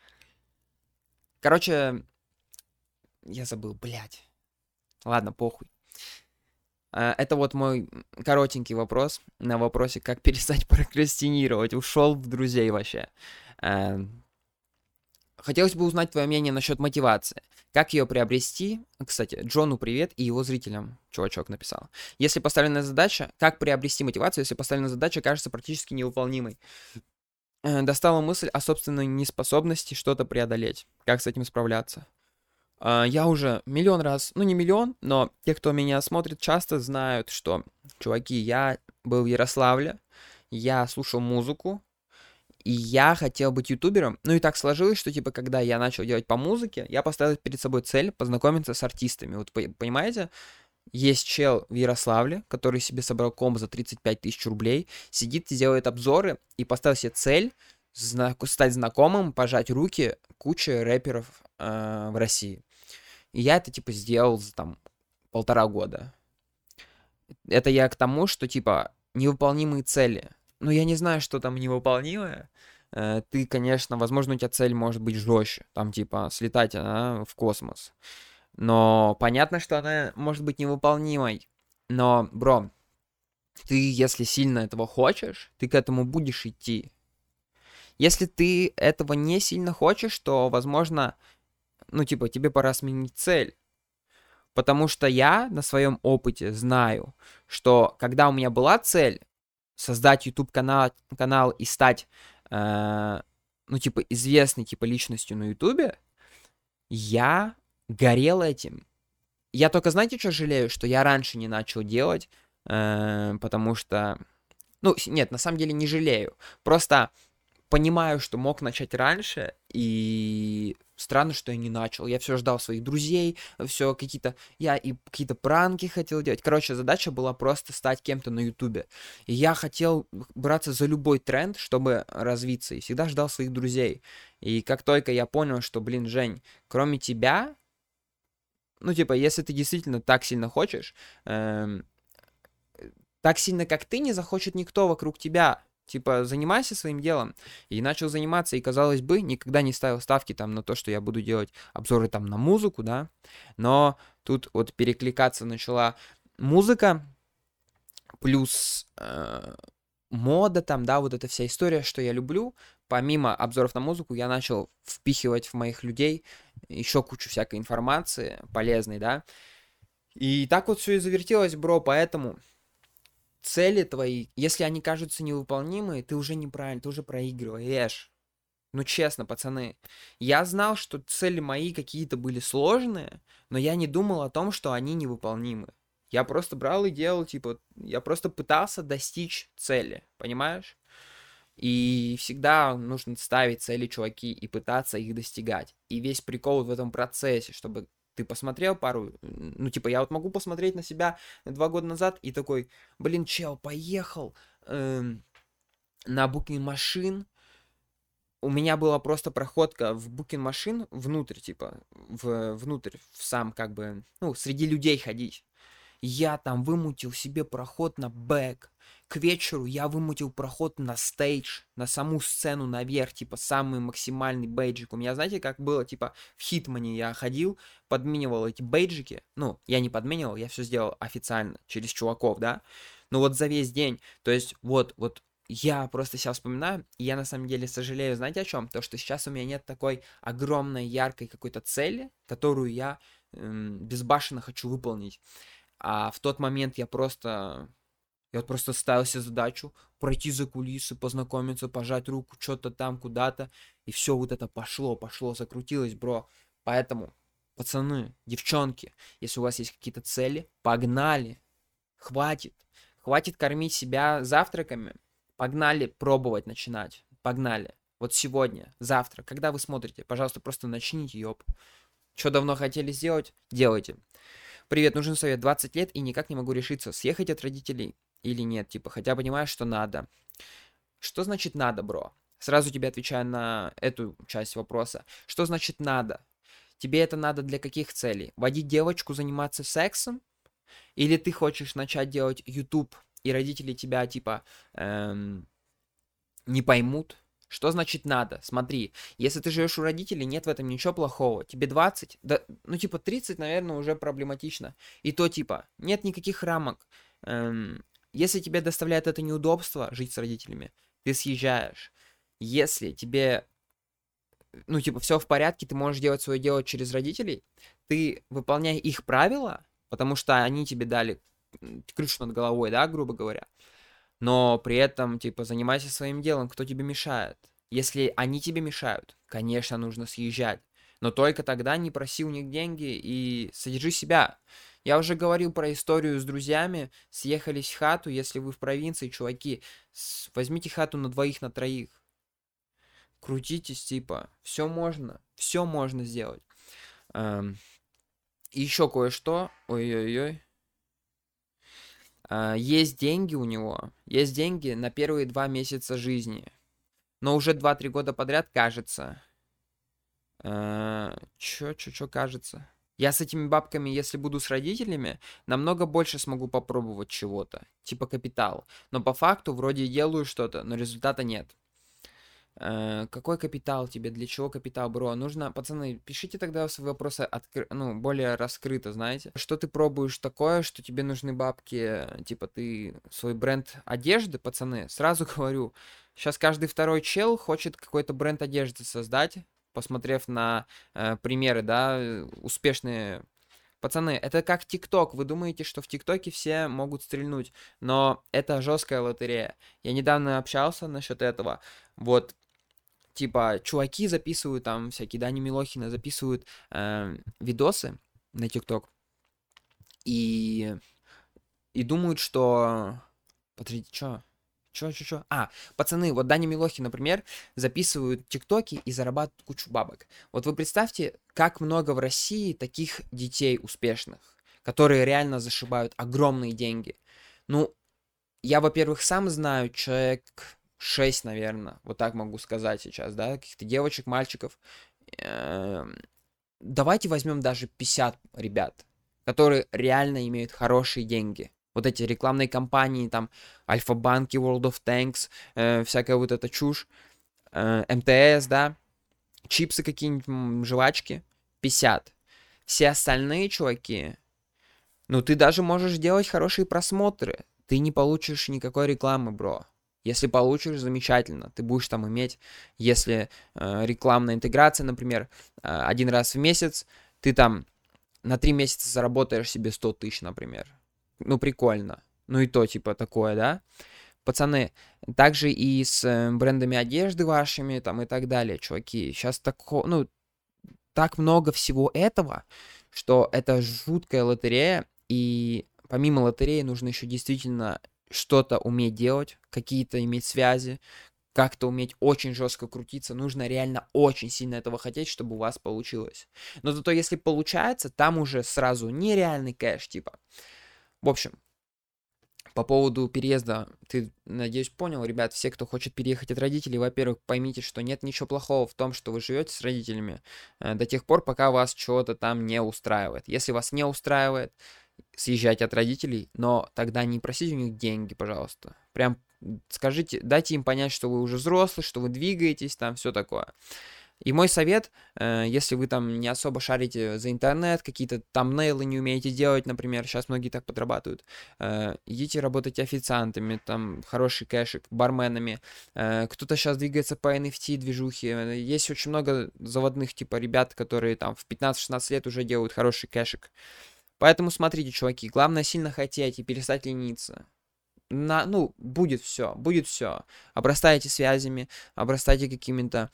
Короче, я забыл, блядь. Ладно, похуй. Это вот мой коротенький вопрос на вопросе, как перестать прокрастинировать. Ушел в друзей вообще. Хотелось бы узнать твое мнение насчет мотивации. Как ее приобрести? Кстати, Джону привет и его зрителям, чувачок написал. Если поставленная задача, как приобрести мотивацию, если поставленная задача кажется практически невыполнимой? Достала мысль о собственной неспособности что-то преодолеть. Как с этим справляться? Я уже миллион раз, ну не миллион, но те, кто меня смотрит часто, знают, что, чуваки, я был в Ярославле, я слушал музыку, и я хотел быть ютубером. Ну и так сложилось, что типа когда я начал делать по музыке, я поставил перед собой цель познакомиться с артистами. Вот понимаете, есть чел в Ярославле, который себе собрал комп за 35 тысяч рублей, сидит и делает обзоры, и поставил себе цель стать знакомым, пожать руки куче рэперов в России. И я это, типа, сделал за, там, 1,5 года. Это я к тому, что, типа, невыполнимые цели. Ну, я не знаю, что там невыполнимое. Ты, конечно, возможно, у тебя цель может быть жестче. Там, типа, слетать в космос. Но понятно, что она может быть невыполнимой. Но, бро, ты, если сильно этого хочешь, ты к этому будешь идти. Если ты этого не сильно хочешь, то, возможно, ну, типа, тебе пора сменить цель. Потому что я на своем опыте знаю, что когда у меня была цель создать YouTube канал и стать, ну, типа, известной, типа, личностью на YouTube, я горел этим. Я только, знаете, что жалею? Что я раньше не начал делать, потому что... Ну, нет, на самом деле не жалею. Просто понимаю, что мог начать раньше, и странно, что я не начал. Я все ждал своих друзей, все какие-то... Я и какие-то пранки хотел делать. Короче, задача была просто стать кем-то на Ютубе. И я хотел браться за любой тренд, чтобы развиться, и всегда ждал своих друзей. И как только я понял, что, блин, Жень, кроме тебя, ну, типа, если ты действительно так сильно хочешь, так сильно, как ты, не захочет никто вокруг тебя. Типа, занимайся своим делом. И начал заниматься, и, казалось бы, никогда не ставил ставки там на то, что я буду делать обзоры там на музыку, да. Но тут вот перекликаться начала музыка, плюс мода там, да, вот эта вся история, что я люблю. Помимо обзоров на музыку, я начал впихивать в моих людей еще кучу всякой информации полезной, да. И так вот все и завертелось, бро, поэтому... Цели твои, если они кажутся невыполнимые, ты уже неправильно, ты уже проигрываешь. Ну, честно, пацаны. Я знал, что цели мои какие-то были сложные, но я не думал о том, что они невыполнимы. Я просто брал и делал, типа, я просто пытался достичь цели, понимаешь? И всегда нужно ставить цели, чуваки, и пытаться их достигать. И весь прикол в этом процессе, чтобы ты посмотрел пару... Ну, типа, я вот могу посмотреть на себя 2 года назад и такой, блин, чел, поехал на Booking Machine. У меня была просто проходка в Booking Machine внутрь, типа, внутрь, в сам, как бы, ну, среди людей ходить. Я там вымутил себе проход на бэк. К вечеру я вымутил проход на стейдж, на саму сцену наверх, типа самый максимальный бейджик. У меня, знаете, как было, типа в Хитмане я ходил, подменивал эти бейджики. Ну, я не подменивал, я все сделал официально, через чуваков, да. Но вот за весь день, то есть вот я просто сейчас вспоминаю, и я на самом деле сожалею, знаете о чем? То, что сейчас у меня нет такой огромной, яркой какой-то цели, которую я безбашенно хочу выполнить. А в тот момент я вот просто ставил себе задачу пройти за кулисы, познакомиться, пожать руку, что-то там, куда-то. И все вот это пошло, закрутилось, бро. Поэтому, пацаны, девчонки, если у вас есть какие-то цели, погнали. Хватит. Хватит кормить себя завтраками. Погнали пробовать начинать. Погнали. Вот сегодня, завтра, когда вы смотрите, пожалуйста, просто начните, ёп. Что давно хотели сделать, делайте. Привет, нужен совет. 20 лет и никак не могу решиться, съехать от родителей или нет. Типа, хотя понимаю, что надо. Что значит надо, бро? Сразу тебе отвечаю на эту часть вопроса. Что значит надо? Тебе это надо для каких целей? Водить девочку, заниматься сексом? Или ты хочешь начать делать YouTube, и родители тебя, типа, не поймут? Что значит надо? Смотри, если ты живешь у родителей, нет в этом ничего плохого. Тебе 20, да, ну типа 30, наверное, уже проблематично. И то типа, нет никаких рамок. Если тебе доставляет это неудобство жить с родителями, ты съезжаешь. Если тебе ну, типа, все в порядке, ты можешь делать свое дело через родителей, ты выполняй их правила, потому что они тебе дали крышу над головой, да, грубо говоря, но при этом, типа, занимайся своим делом, кто тебе мешает. Если они тебе мешают, конечно, нужно съезжать, но только тогда не проси у них деньги и содержи себя. Я уже говорил про историю с друзьями, съехались в хату, если вы в провинции, чуваки, возьмите хату на двоих, на троих. Крутитесь, типа, все можно сделать. И еще кое-что, ой-ой-ой. Есть деньги у него, есть деньги на первые 2 месяца жизни. Но уже 2-3 года подряд кажется. Чё кажется? Я с этими бабками, если буду с родителями, намного больше смогу попробовать чего-то. Типа капитал. Но по факту вроде делаю что-то, но результата нет. Какой капитал тебе? Для чего капитал, бро? Нужно, пацаны, пишите тогда свои вопросы более раскрыто, знаете. Что ты пробуешь такое, что тебе нужны бабки? Типа ты свой бренд одежды, пацаны, сразу говорю. Сейчас каждый второй чел хочет какой-то бренд одежды создать, посмотрев на примеры, да, успешные. Пацаны, это как ТикТок. Вы думаете, что в ТикТоке все могут стрельнуть, но это жесткая лотерея. Я недавно общался насчет этого. Вот, типа, чуваки записывают там, всякие Дани Милохина записывают видосы на ТикТок и думают, что... Подождите, чё? Пацаны, вот Даня Милохин, например, записывают ТикТоки и зарабатывают кучу бабок. Вот вы представьте, как много в России таких детей успешных, которые реально зашибают огромные деньги. Ну, я, во-первых, сам знаю человек 6, наверное, вот так могу сказать сейчас, да, каких-то девочек, мальчиков. Давайте возьмем даже 50 ребят, которые реально имеют хорошие деньги. Вот эти рекламные кампании, там, Альфа-банки, World of Tanks, всякая вот эта чушь, МТС, да, чипсы какие-нибудь, жвачки, 50. Все остальные чуваки, ну, ты даже можешь делать хорошие просмотры, ты не получишь никакой рекламы, бро. Если получишь, замечательно, ты будешь там иметь, если рекламная интеграция, например, 1 раз в месяц, ты там на 3 месяца заработаешь себе 100 тысяч, например. Ну, прикольно. Ну и то, типа, такое, да? Пацаны, также и с брендами одежды вашими, там, и так далее, чуваки. Сейчас так много всего этого, что это жуткая лотерея, и помимо лотереи нужно еще действительно что-то уметь делать, какие-то иметь связи, как-то уметь очень жестко крутиться. Нужно реально очень сильно этого хотеть, чтобы у вас получилось. Но зато если получается, там уже сразу нереальный кэш, типа. В общем, по поводу переезда, ты, надеюсь, понял, ребят, все, кто хочет переехать от родителей, во-первых, поймите, что нет ничего плохого в том, что вы живете с родителями до тех пор, пока вас чего-то там не устраивает. Если вас не устраивает, съезжайте от родителей, но тогда не просите у них деньги, пожалуйста. Прям скажите, дайте им понять, что вы уже взрослый, что вы двигаетесь, там все такое. И мой совет, если вы там не особо шарите за интернет, какие-то тамнейлы не умеете делать, например, сейчас многие так подрабатывают, идите работать официантами, там хороший кэшик, барменами, кто-то сейчас двигается по NFT движухе, есть очень много заводных типа ребят, которые там в 15-16 лет уже делают хороший кэшик. Поэтому смотрите, чуваки, главное сильно хотеть и перестать лениться. Будет все, будет все. Обрастайте связями, обрастайте какими-то...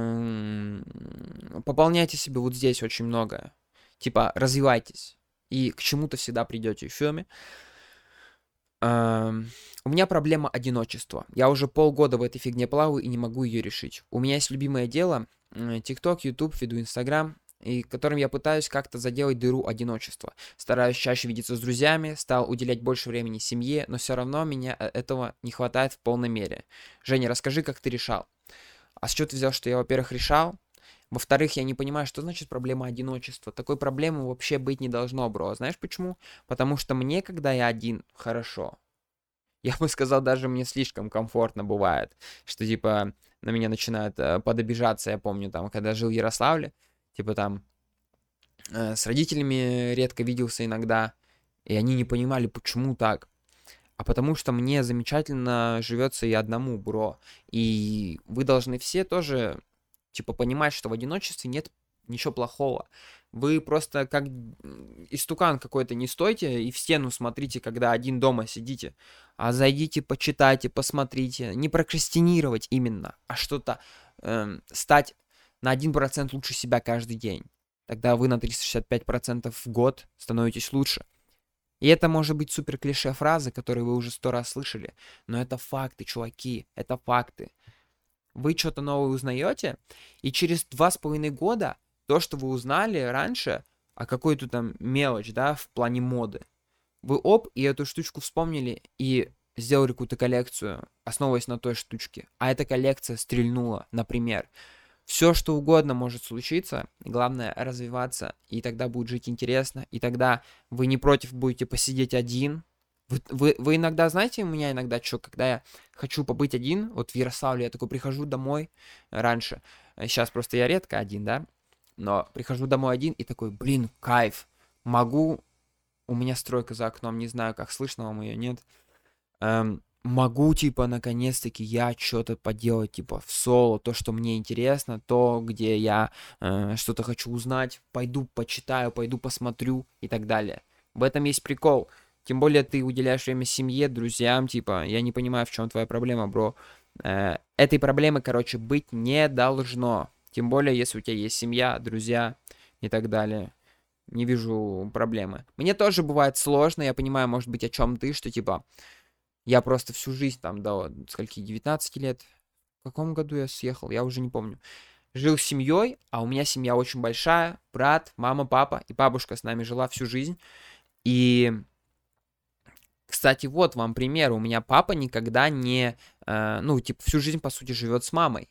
пополняйте себе вот здесь очень многое. Типа, развивайтесь. И к чему-то всегда придете в фильме. У меня проблема одиночества. Я уже полгода в этой фигне плаваю и не могу ее решить. У меня есть любимое дело. TikTok, YouTube, веду Instagram, и которым я пытаюсь как-то заделать дыру одиночества. Стараюсь чаще видеться с друзьями, стал уделять больше времени семье, но все равно меня этого не хватает в полной мере. Женя, расскажи, как ты решал. А с чего ты взял, что я, во-первых, решал? Во-вторых, я не понимаю, что значит проблема одиночества. Такой проблемы вообще быть не должно, бро. Знаешь почему? Потому что мне, когда я один, хорошо. Я бы сказал, даже мне слишком комфортно бывает, что, типа, на меня начинают подобижаться, я помню, там, когда жил в Ярославле, типа, там, с родителями редко виделся иногда, и они не понимали, почему так. А потому что мне замечательно живется и одному, бро. И вы должны все тоже Типа понимать, что в одиночестве нет ничего плохого. Вы просто как истукан какой-то не стойте и в стену смотрите, когда один дома сидите, а зайдите, почитайте, посмотрите. Не прокрастинировать именно, а что-то стать на 1% лучше себя каждый день. Тогда вы на 365% в год становитесь лучше. И это может быть супер клише фразы, которые вы уже 100 раз слышали, но это факты, чуваки, это факты. Вы что-то новое узнаете, и через 2,5 года то, что вы узнали раньше, а какую-то там мелочь, да, в плане моды, вы и эту штучку вспомнили и сделали какую-то коллекцию, основываясь на той штучке, а эта коллекция стрельнула, например. Все, что угодно может случиться, главное развиваться, и тогда будет жить интересно, и тогда вы не против будете посидеть один. Вы иногда, знаете, у меня иногда что, когда я хочу побыть один, вот в Ярославле я такой прихожу домой раньше, сейчас просто я редко один, да, но прихожу домой один и такой, блин, кайф, могу, у меня стройка за окном, не знаю, как слышно вам ее, нет, могу, типа, наконец-таки я что-то поделать, типа, в соло, то, что мне интересно, то, где я что-то хочу узнать, пойду почитаю, пойду посмотрю и так далее. В этом есть прикол. Тем более ты уделяешь время семье, друзьям, типа, я не понимаю, в чем твоя проблема, бро. Этой проблемы, короче, быть не должно. Тем более, если у тебя есть семья, друзья и так далее. Не вижу проблемы. Мне тоже бывает сложно, я понимаю, может быть, о чем ты, что, типа, я просто всю жизнь там до скольки, 19 лет, в каком году я съехал, я уже не помню. Жил с семьей, а у меня семья очень большая, брат, мама, папа и бабушка с нами жила всю жизнь. И, кстати, вот вам пример, у меня папа никогда не, ну, типа, всю жизнь, по сути, живет с мамой.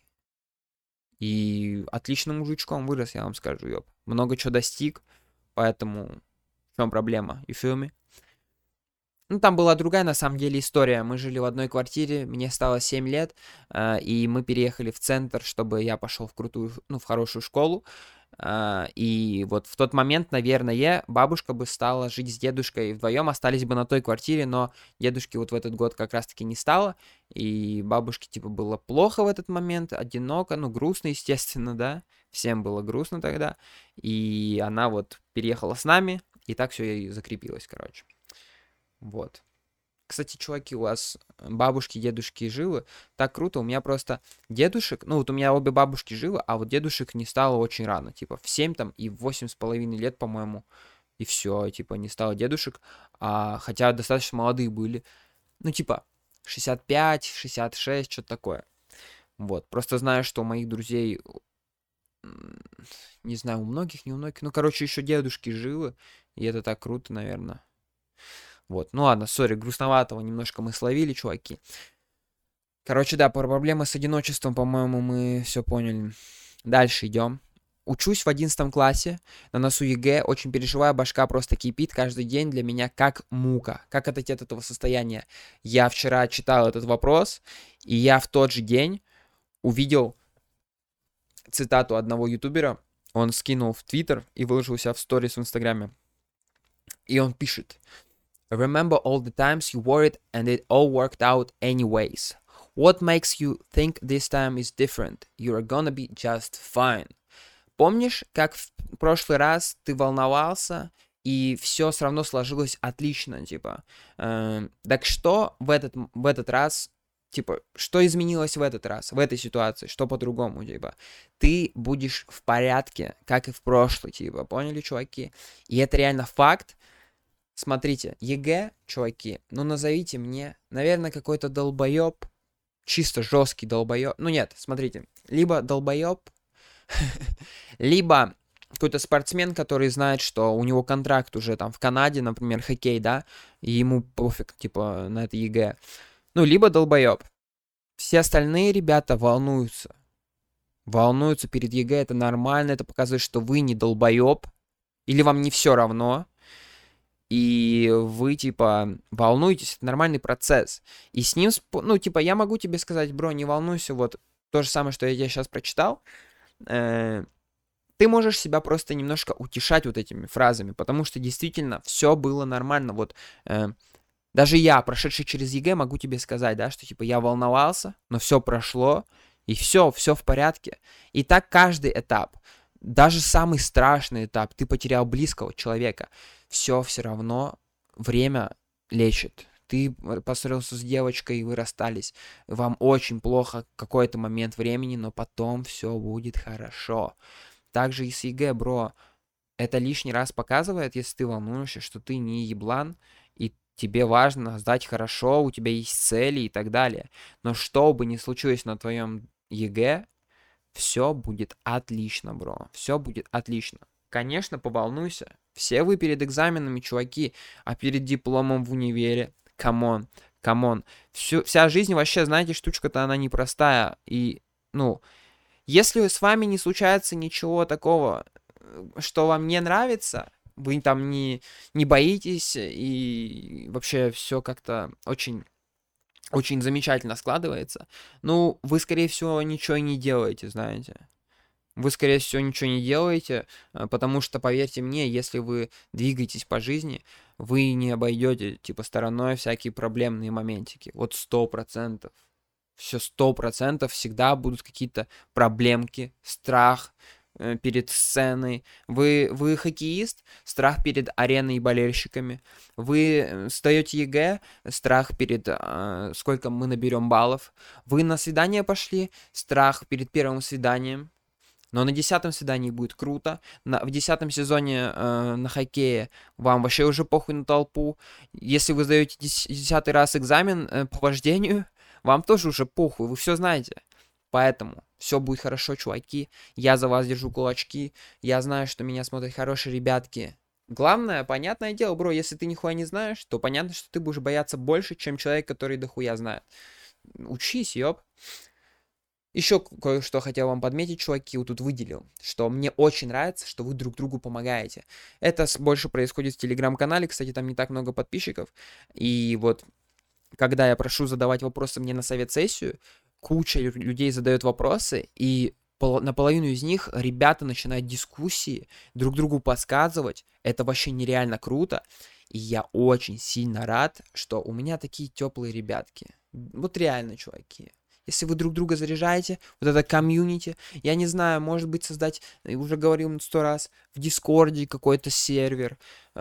И отличным мужичком вырос, я вам скажу, ёп. Много чего достиг, поэтому в чем проблема, you feel me? Ну, там была другая, на самом деле, история. Мы жили в одной квартире, мне стало 7 лет, и мы переехали в центр, чтобы я пошел в крутую, ну, в хорошую школу. И вот в тот момент, наверное, бабушка бы стала жить с дедушкой, вдвоем остались бы на той квартире, но дедушки вот в этот год как раз-таки не стало, и бабушке, типа, было плохо в этот момент, одиноко, ну, грустно, естественно, да, всем было грустно тогда, и она вот переехала с нами, и так все и закрепилось, короче. Вот. Кстати, чуваки, у вас бабушки, дедушки живы? Так круто, у меня просто дедушек, ну вот у меня обе бабушки живы, а вот дедушек не стало очень рано, типа в 7 там и в 8,5 лет, по-моему, и все, типа не стало дедушек, хотя достаточно молодые были, ну типа 65, 66, что-то такое. Вот, просто знаю, что у моих друзей, не знаю, у многих, не у многих, ну короче, еще дедушки живы, и это так круто, наверное. Вот, ну ладно, сори, грустноватого немножко мы словили, чуваки. Короче, да, про проблемы с одиночеством, по-моему, мы все поняли. Дальше идем. Учусь в 11 классе, на носу ЕГЭ, очень переживаю, башка просто кипит каждый день для меня как мука. Как отойти от этого состояния? Я вчера читал этот вопрос, и я в тот же день увидел цитату одного ютубера, он скинул в Твиттер и выложил себя в сторис в Инстаграме. И он пишет: Remember all the times you worried and it all worked out anyways. What makes you think this time is different? You're gonna be just fine. Помнишь, как в прошлый раз ты волновался, и все все равно сложилось отлично, типа. Так что в этот раз, типа, что изменилось в этот раз, в этой ситуации, что по-другому, типа. Ты будешь в порядке, как и в прошлый, типа, поняли, чуваки? И это реально факт. Смотрите, ЕГЭ, чуваки, ну назовите мне, наверное, какой-то долбоеб, чисто жесткий долбоеб. Ну нет, смотрите, либо долбоеб, либо какой-то спортсмен, который знает, что у него контракт уже там в Канаде, например, хоккей, да, и ему пофиг, типа, на это ЕГЭ. Ну, либо долбоеб. Все остальные ребята волнуются. Волнуются перед ЕГЭ, это нормально, это показывает, что вы не долбоеб, или вам не все равно, и вы, типа, волнуетесь, это нормальный процесс. И с ним, ну, типа, я могу тебе сказать, бро, не волнуйся, вот то же самое, что я тебе сейчас прочитал. Ты можешь себя просто немножко утешать вот этими фразами, потому что действительно все было нормально. Вот даже я, прошедший через ЕГЭ, могу тебе сказать, да, что, типа, я волновался, но все прошло, И все в порядке. И так каждый этап. Даже самый страшный этап, ты потерял близкого человека, все равно время лечит. Ты поссорился с девочкой, и вы расстались. Вам очень плохо какой-то момент времени, но потом все будет хорошо. Также и с ЕГЭ, бро. Это лишний раз показывает, если ты волнуешься, что ты не еблан, и тебе важно сдать хорошо, у тебя есть цели и так далее. Но что бы ни случилось на твоем ЕГЭ, все будет отлично, бро. Все будет отлично. Конечно, поволнуйся. Все вы перед экзаменами, чуваки, а перед дипломом в универе. Камон, камон. Вся жизнь вообще, знаете, штучка-то она непростая. И, ну, если с вами не случается ничего такого, что вам не нравится, вы там не боитесь, и вообще все как-то очень замечательно складывается, ну, вы, скорее всего, ничего и не делаете, знаете. Вы, скорее всего, ничего не делаете, потому что, поверьте мне, если вы двигаетесь по жизни, вы не обойдете, типа, стороной всякие проблемные моментики. Вот 100%. Все 100% всегда будут какие-то проблемки, страх перед сценой. Вы хоккеист, страх перед ареной и болельщиками. Вы сдаете ЕГЭ, страх перед сколько мы наберем баллов. Вы на свидание пошли, страх перед первым свиданием. Но на 10-м свидании будет круто. В 10-м сезоне на хоккее вам вообще уже похуй на толпу. Если вы сдаете 10-й раз экзамен по вождению, вам тоже уже похуй, вы все знаете. Поэтому все будет хорошо, чуваки. Я за вас держу кулачки. Я знаю, что меня смотрят хорошие ребятки. Главное, понятное дело, бро, если ты нихуя не знаешь, то понятно, что ты будешь бояться больше, чем человек, который дохуя знает. Учись, ёб. Еще кое-что хотел вам подметить, чуваки, вот тут выделил, что мне очень нравится, что вы друг другу помогаете. Это больше происходит в Телеграм-канале, кстати, там не так много подписчиков. И вот, когда я прошу задавать вопросы мне на совет-сессию, куча людей задает вопросы, и наполовину из них ребята начинают дискуссии, друг другу подсказывать. Это вообще нереально круто. И я очень сильно рад, что у меня такие теплые ребятки. Вот реально, чуваки. Если вы друг друга заряжаете, вот это комьюнити, я не знаю, может быть, создать, уже говорил 100 раз, в Дискорде какой-то сервер.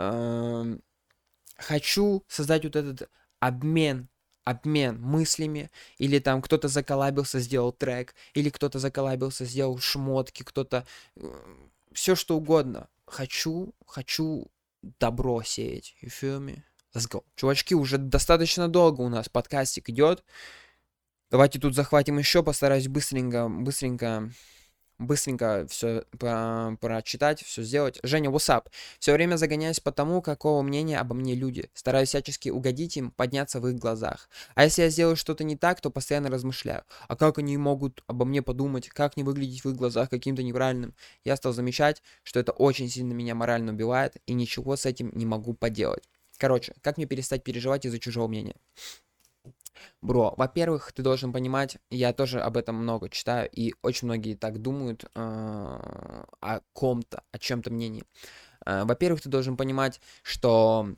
Хочу создать вот этот обмен мыслями, или там кто-то заколлабился, сделал трек, или кто-то заколлабился, сделал шмотки, кто-то... Все что угодно. Хочу добро сеять. You feel me? Let's go. Чувачки, уже достаточно долго у нас подкастик идет. Давайте тут захватим еще, постараюсь быстренько все прочитать, все сделать. Женя, what's up? Все время загоняюсь по тому, какого мнения обо мне люди. Стараюсь всячески угодить им, подняться в их глазах. А если я сделаю что-то не так, то постоянно размышляю. А как они могут обо мне подумать? Как не выглядеть в их глазах каким-то неправильным? Я стал замечать, что это очень сильно меня морально убивает, и ничего с этим не могу поделать. Короче, как мне перестать переживать из-за чужого мнения? Бро, во-первых, ты должен понимать, я тоже об этом много читаю, и очень многие так думают о ком-то, о чем-то мнении. Во-первых, ты должен понимать, что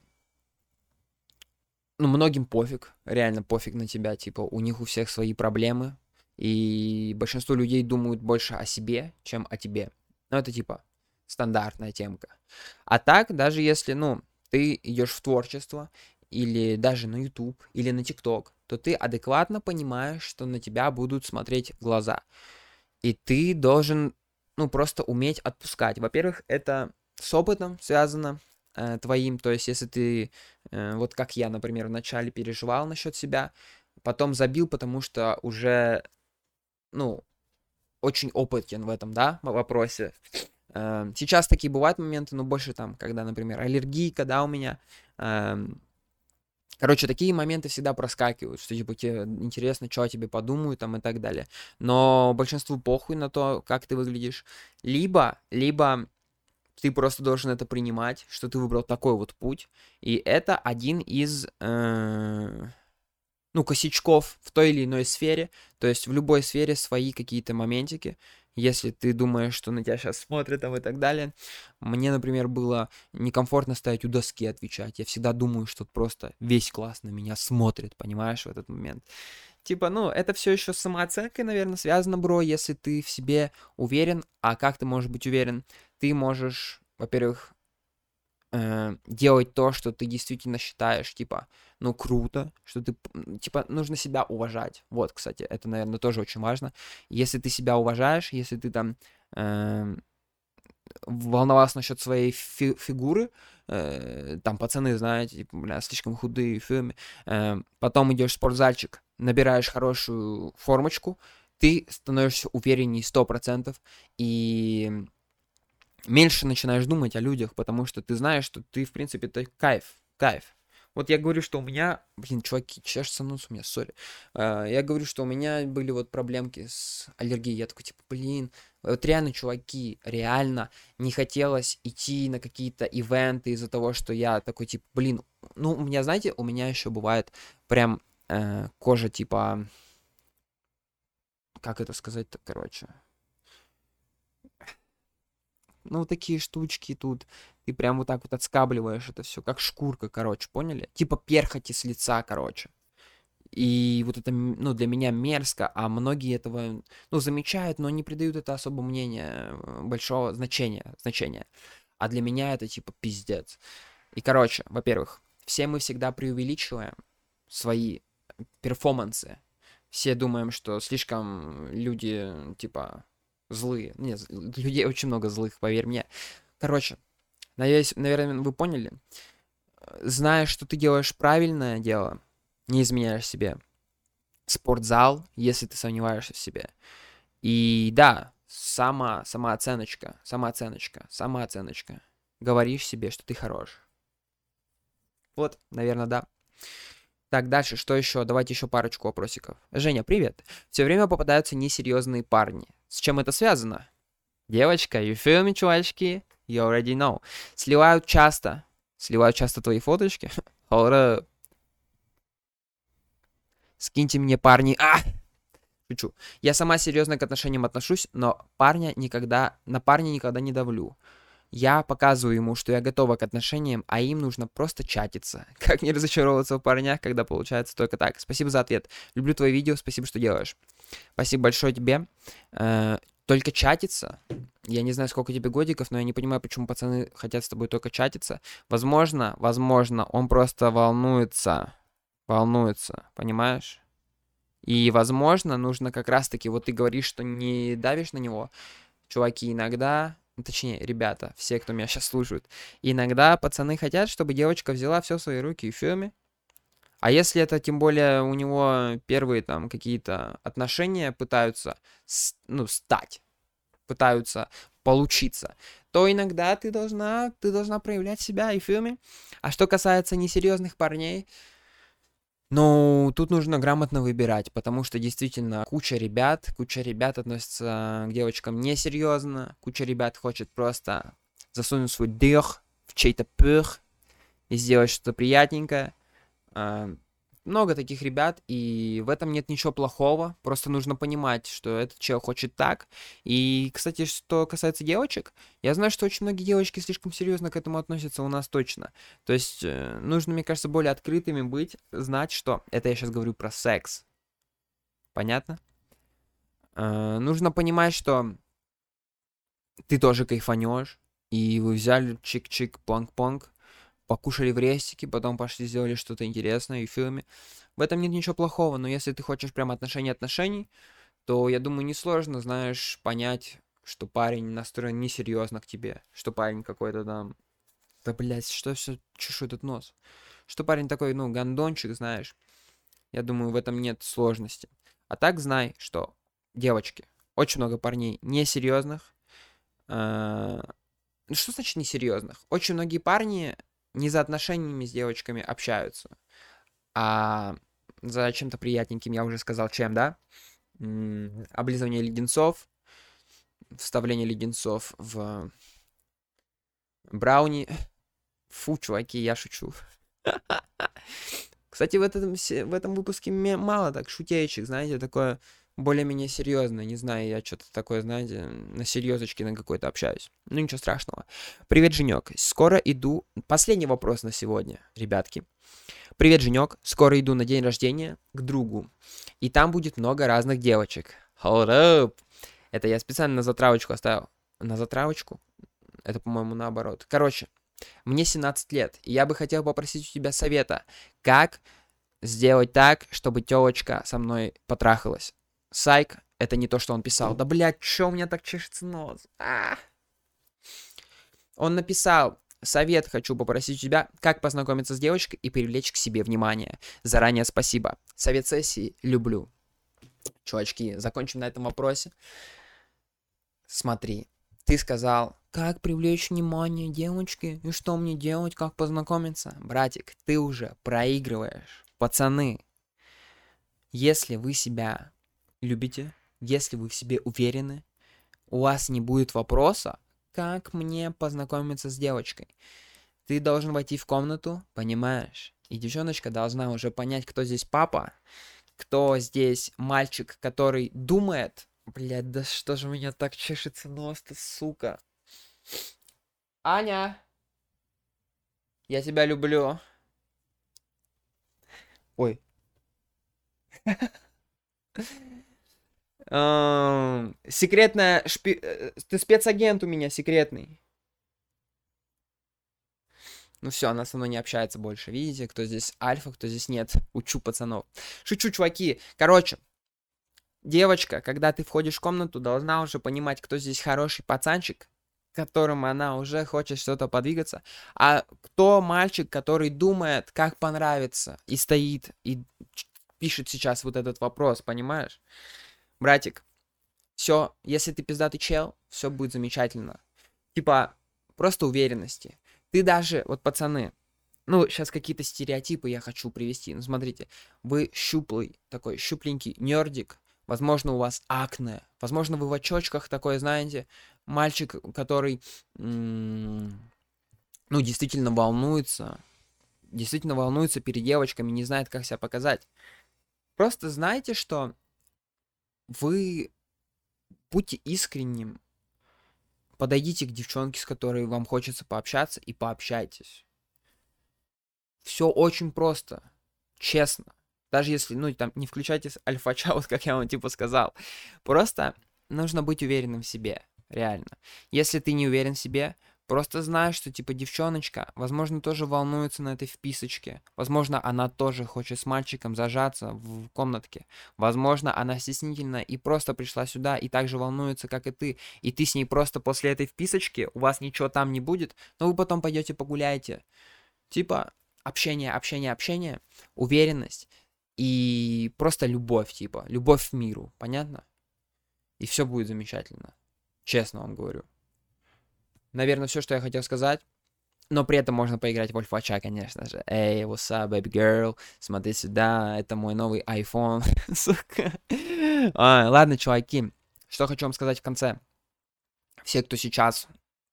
ну, многим пофиг, реально пофиг на тебя, типа, у них у всех свои проблемы, и большинство людей думают больше о себе, чем о тебе. Ну, это, типа, стандартная темка. А так, даже если, ну, ты идешь в творчество, или даже на YouTube, или на TikTok, то ты адекватно понимаешь, что на тебя будут смотреть глаза. И ты должен, ну, просто уметь отпускать. Во-первых, это с опытом связано твоим. То есть, если ты, вот как я, например, вначале переживал насчет себя, потом забил, потому что уже, ну, очень опытен в этом, да, вопросе. Сейчас такие бывают моменты, но больше там, когда, например, аллергийка, да, у меня. Короче, такие моменты всегда проскакивают, что типа тебе интересно, что о тебе подумают там и так далее. Но большинству похуй на то, как ты выглядишь. Либо ты просто должен это принимать, что ты выбрал такой вот путь. И это один из, ну, косячков в той или иной сфере. То есть в любой сфере свои какие-то моментики. Если ты думаешь, что на тебя сейчас смотрят там и так далее. Мне, например, было некомфортно стоять у доски отвечать. Я всегда думаю, что просто весь класс на меня смотрит, понимаешь, в этот момент. Типа, ну, это все еще с самооценкой, наверное, связано, бро, если ты в себе уверен. А как ты можешь быть уверен? Ты можешь, во-первых, делать то, что ты действительно считаешь, типа, ну, круто, что ты, типа, нужно себя уважать. Вот, кстати, это, наверное, тоже очень важно. Если ты себя уважаешь, если ты там волновался насчет своей фигуры, там пацаны, знаете, типа, бля, слишком худые в фильме, потом идешь в спортзальчик, набираешь хорошую формочку, ты становишься увереннее 100%, и меньше начинаешь думать о людях, потому что ты знаешь, что ты, в принципе, это кайф, кайф. Вот я говорю, что у меня, блин, чуваки, чешется нос у меня, сори. Я говорю, что у меня были вот проблемки с аллергией. Я такой, типа, блин, вот реально, чуваки, реально не хотелось идти на какие-то ивенты из-за того, что я такой, типа, блин, ну, у меня, знаете, у меня еще бывает прям кожа, типа, как это сказать-то, короче, ну, вот такие штучки тут. Ты прям вот так вот отскабливаешь это все, как шкурка, короче, поняли? Типа перхоти с лица, короче. И вот это, ну, для меня мерзко, а многие этого, ну, замечают, но не придают это особо мнения, большого значения. А для меня это типа пиздец. И, короче, во-первых, все мы всегда преувеличиваем свои перформансы. Все думаем, что слишком люди, типа, злые. Нет, людей очень много злых, поверь мне. Короче, надеюсь, наверное, вы поняли. Знаешь, что ты делаешь правильное дело, не изменяешь себе. Спортзал, если ты сомневаешься в себе. И да, самооценочка. Говоришь себе, что ты хорош. Вот, наверное, да. Так, дальше, что еще? Давайте еще парочку вопросиков. Женя, привет. Все время попадаются несерьезные парни. С чем это связано? Девочка, you feel me, чувачки? You already know. Сливают часто. Сливают часто твои фоточки? Hold up. Скиньте мне парни. Шучу. Я сама серьезно к отношениям отношусь, но на парня никогда не давлю. Я показываю ему, что я готова к отношениям, а им нужно просто чатиться. Как не разочаровываться в парнях, когда получается только так. Спасибо за ответ. Люблю твои видео, спасибо, что делаешь. Спасибо большое тебе. Только чатиться? Я не знаю, сколько тебе годиков, но я не понимаю, почему пацаны хотят с тобой только чатиться. Возможно, он просто волнуется, понимаешь? И, возможно, нужно как раз-таки, вот ты говоришь, что не давишь на него, чуваки, иногда, точнее, ребята, все, кто меня сейчас слушают, иногда пацаны хотят, чтобы девочка взяла все в свои руки и в фильме. А если это, тем более, у него первые там какие-то отношения пытаются, пытаются получиться, то иногда ты должна проявлять себя и в фильме. А что касается несерьезных парней, ну, тут нужно грамотно выбирать, потому что действительно куча ребят относятся к девочкам несерьезно, куча ребят хочет просто засунуть свой дых в чей-то пых и сделать что-то приятненькое. Много таких ребят, и в этом нет ничего плохого, просто нужно понимать, что этот чел хочет так. И, кстати, что касается девочек, я знаю, что очень многие девочки слишком серьезно к этому относятся у нас точно. То есть нужно, мне кажется, более открытыми быть, знать, что... Это я сейчас говорю про секс. Понятно? Нужно понимать, что ты тоже кайфанешь, и вы взяли чик-чик, понг-понг, покушали в рестике, потом пошли сделали что-то интересное и в фильме. В этом нет ничего плохого, но если ты хочешь прям отношений, то, я думаю, несложно, знаешь, понять, что парень настроен несерьезно к тебе, что парень какой-то там... Да, блядь, что все, чешу этот нос? Что парень такой, ну, гондончик, знаешь. Я думаю, в этом нет сложности. А так знай, что девочки, очень много парней несерьезных. Ну, что значит несерьезных? Очень многие парни не за отношениями с девочками общаются, а за чем-то приятненьким, я уже сказал, чем, да? Облизывание леденцов, вставление леденцов в брауни. Фу, чуваки, я шучу. Кстати, в этом выпуске мало так шутеечек, знаете, такое более-менее серьезное. Не знаю, я что-то такое, знаете, на серьезочке на какой-то общаюсь. Ну, ничего страшного. Привет, Женек. Скоро иду... Последний вопрос на сегодня, ребятки. Привет, Женек. Скоро иду на день рождения к другу. И там будет много разных девочек. Hold up. Это я специально на затравочку оставил. На затравочку? Это, по-моему, наоборот. Короче, мне 17 лет, и я бы хотел попросить у тебя совета. Как сделать так, чтобы телочка со мной потрахалась? Сайк, это не то, что он писал. Да, блядь, чё у меня так чешется нос? Он написал: совет хочу попросить у тебя, как познакомиться с девочкой и привлечь к себе внимание. Заранее спасибо. Совет сессии люблю. Чувачки, закончим на этом вопросе. Смотри, ты сказал, как привлечь внимание девочки, и что мне делать, как познакомиться? Братик, ты уже проигрываешь. Пацаны, если вы себя любите, если вы в себе уверены, у вас не будет вопроса, как мне познакомиться с девочкой. Ты должен войти в комнату, понимаешь? И девчоночка должна уже понять, кто здесь папа, кто здесь мальчик, который думает... Блядь, да что же у меня так чешется нос-то, сука. Аня, я тебя люблю. Ой. Секретная Ты спецагент у меня секретный. Ну все, она со мной не общается больше. Видите, кто здесь альфа, кто здесь нет. Учу пацанов. Шучу, чуваки. Короче, девочка, когда ты входишь в комнату, должна уже понимать, кто здесь хороший пацанчик, которым она уже хочет что-то подвигаться, а кто мальчик, который думает, как понравится, и стоит, и пишет сейчас вот этот вопрос, понимаешь? Братик, все, если ты пиздатый чел, все будет замечательно. Типа, просто уверенности. Ты даже, вот пацаны, ну, сейчас какие-то стереотипы я хочу привести. Ну, смотрите, вы щуплый, такой щупленький нердик, возможно, у вас акне, возможно, вы в очочках такой, знаете, мальчик, который, ну, действительно волнуется перед девочками, не знает, как себя показать. Просто знайте, что вы будьте искренним, подойдите к девчонке, с которой вам хочется пообщаться, и пообщайтесь. Все очень просто, честно. Даже если, ну, там, не включайте альфа-чаут, как я вам, типа, сказал. Просто нужно быть уверенным в себе, реально. Если ты не уверен в себе, просто знай, что, типа, девчоночка, возможно, тоже волнуется на этой вписочке. Возможно, она тоже хочет с мальчиком зажаться в комнатке. Возможно, она стеснительна и просто пришла сюда и так же волнуется, как и ты. И ты с ней просто после этой вписочки, у вас ничего там не будет, но вы потом пойдете погуляете. Типа, общение, уверенность и просто любовь, типа, любовь к миру, понятно? И все будет замечательно. Честно вам говорю. Наверное, все, что я хотел сказать. Но при этом можно поиграть в Ольфача, конечно же. Эй, what's up, baby girl? Смотри сюда, это мой новый iPhone. Сука. Ладно, чуваки, что хочу вам сказать в конце. Все, кто сейчас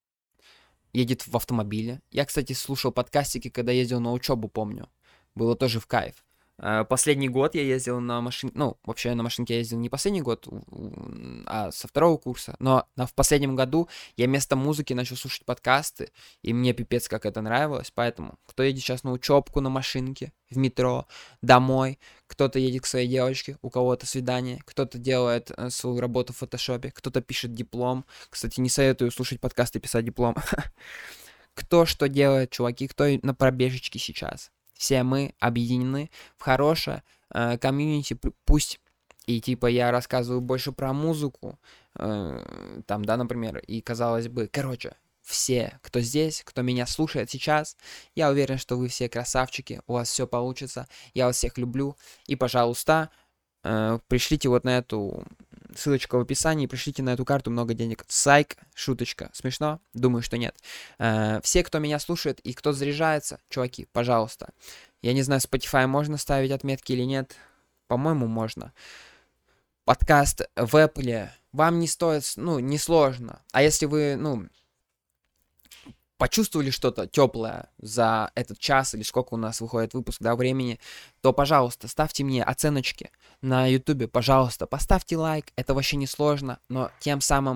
едет в автомобиле. Я, кстати, слушал подкастики, когда ездил на учебу, помню. Было тоже в кайф. Последний год я ездил на машинке, ну, вообще на машинке я ездил не последний год, а со второго курса, но в последнем году я вместо музыки начал слушать подкасты, и мне пипец как это нравилось, поэтому кто едет сейчас на учебку на машинке, в метро, домой, кто-то едет к своей девочке, у кого-то свидание, кто-то делает свою работу в фотошопе, кто-то пишет диплом, кстати, не советую слушать подкасты и писать диплом, кто что делает, чуваки, кто на пробежечке сейчас. Все мы объединены в хорошее комьюнити, пусть и типа я рассказываю больше про музыку, там, да, например, и казалось бы, короче, все, кто здесь, кто меня слушает сейчас, я уверен, что вы все красавчики, у вас все получится, я вас всех люблю, и, пожалуйста, пришлите вот на эту ссылочку в описании, пришлите на эту карту много денег. Сайк, шуточка, смешно? Думаю, что нет. Все, кто меня слушает и кто заряжается, чуваки, пожалуйста. Я не знаю, Spotify можно ставить отметки или нет. По-моему, можно. Подкаст в Apple вам не стоит, ну, не сложно. А если вы, ну, почувствовали что-то теплое за этот час или сколько у нас выходит выпуск, да, времени, то, пожалуйста, ставьте мне оценочки на YouTube, пожалуйста, поставьте лайк, это вообще не сложно, но тем самым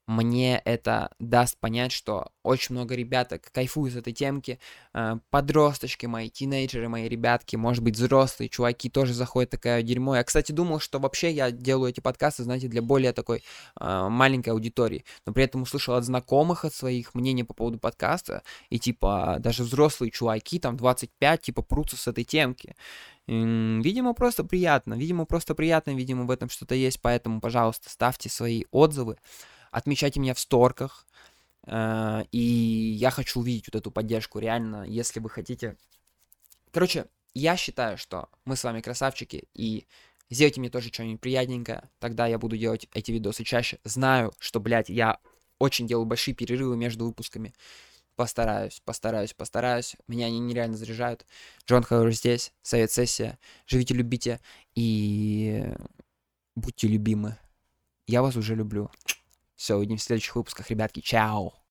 мне это даст понять, что очень много ребяток кайфуют с этой темки, подросточки мои, тинейджеры мои, ребятки, может быть, взрослые чуваки тоже заходят в такое дерьмо. Я, кстати, думал, что вообще я делаю эти подкасты, знаете, для более такой маленькой аудитории, но при этом услышал от знакомых, от своих мнений по поводу подкаста, и типа даже взрослые чуваки, там 25, типа прутся с этой темки. Видимо, просто приятно, видимо, в этом что-то есть, поэтому, пожалуйста, ставьте свои отзывы, отмечайте меня в сторках, и я хочу увидеть вот эту поддержку, реально, если вы хотите. Короче, я считаю, что мы с вами красавчики, и сделайте мне тоже что-нибудь приятненькое, тогда я буду делать эти видосы чаще. Знаю, что, блядь, я очень делаю большие перерывы между выпусками. Постараюсь. Меня они нереально заряжают. Джон Хауэр здесь, Совет Сессия. Живите, любите и будьте любимы. Я вас уже люблю. Все, увидимся в следующих выпусках, ребятки. Чао.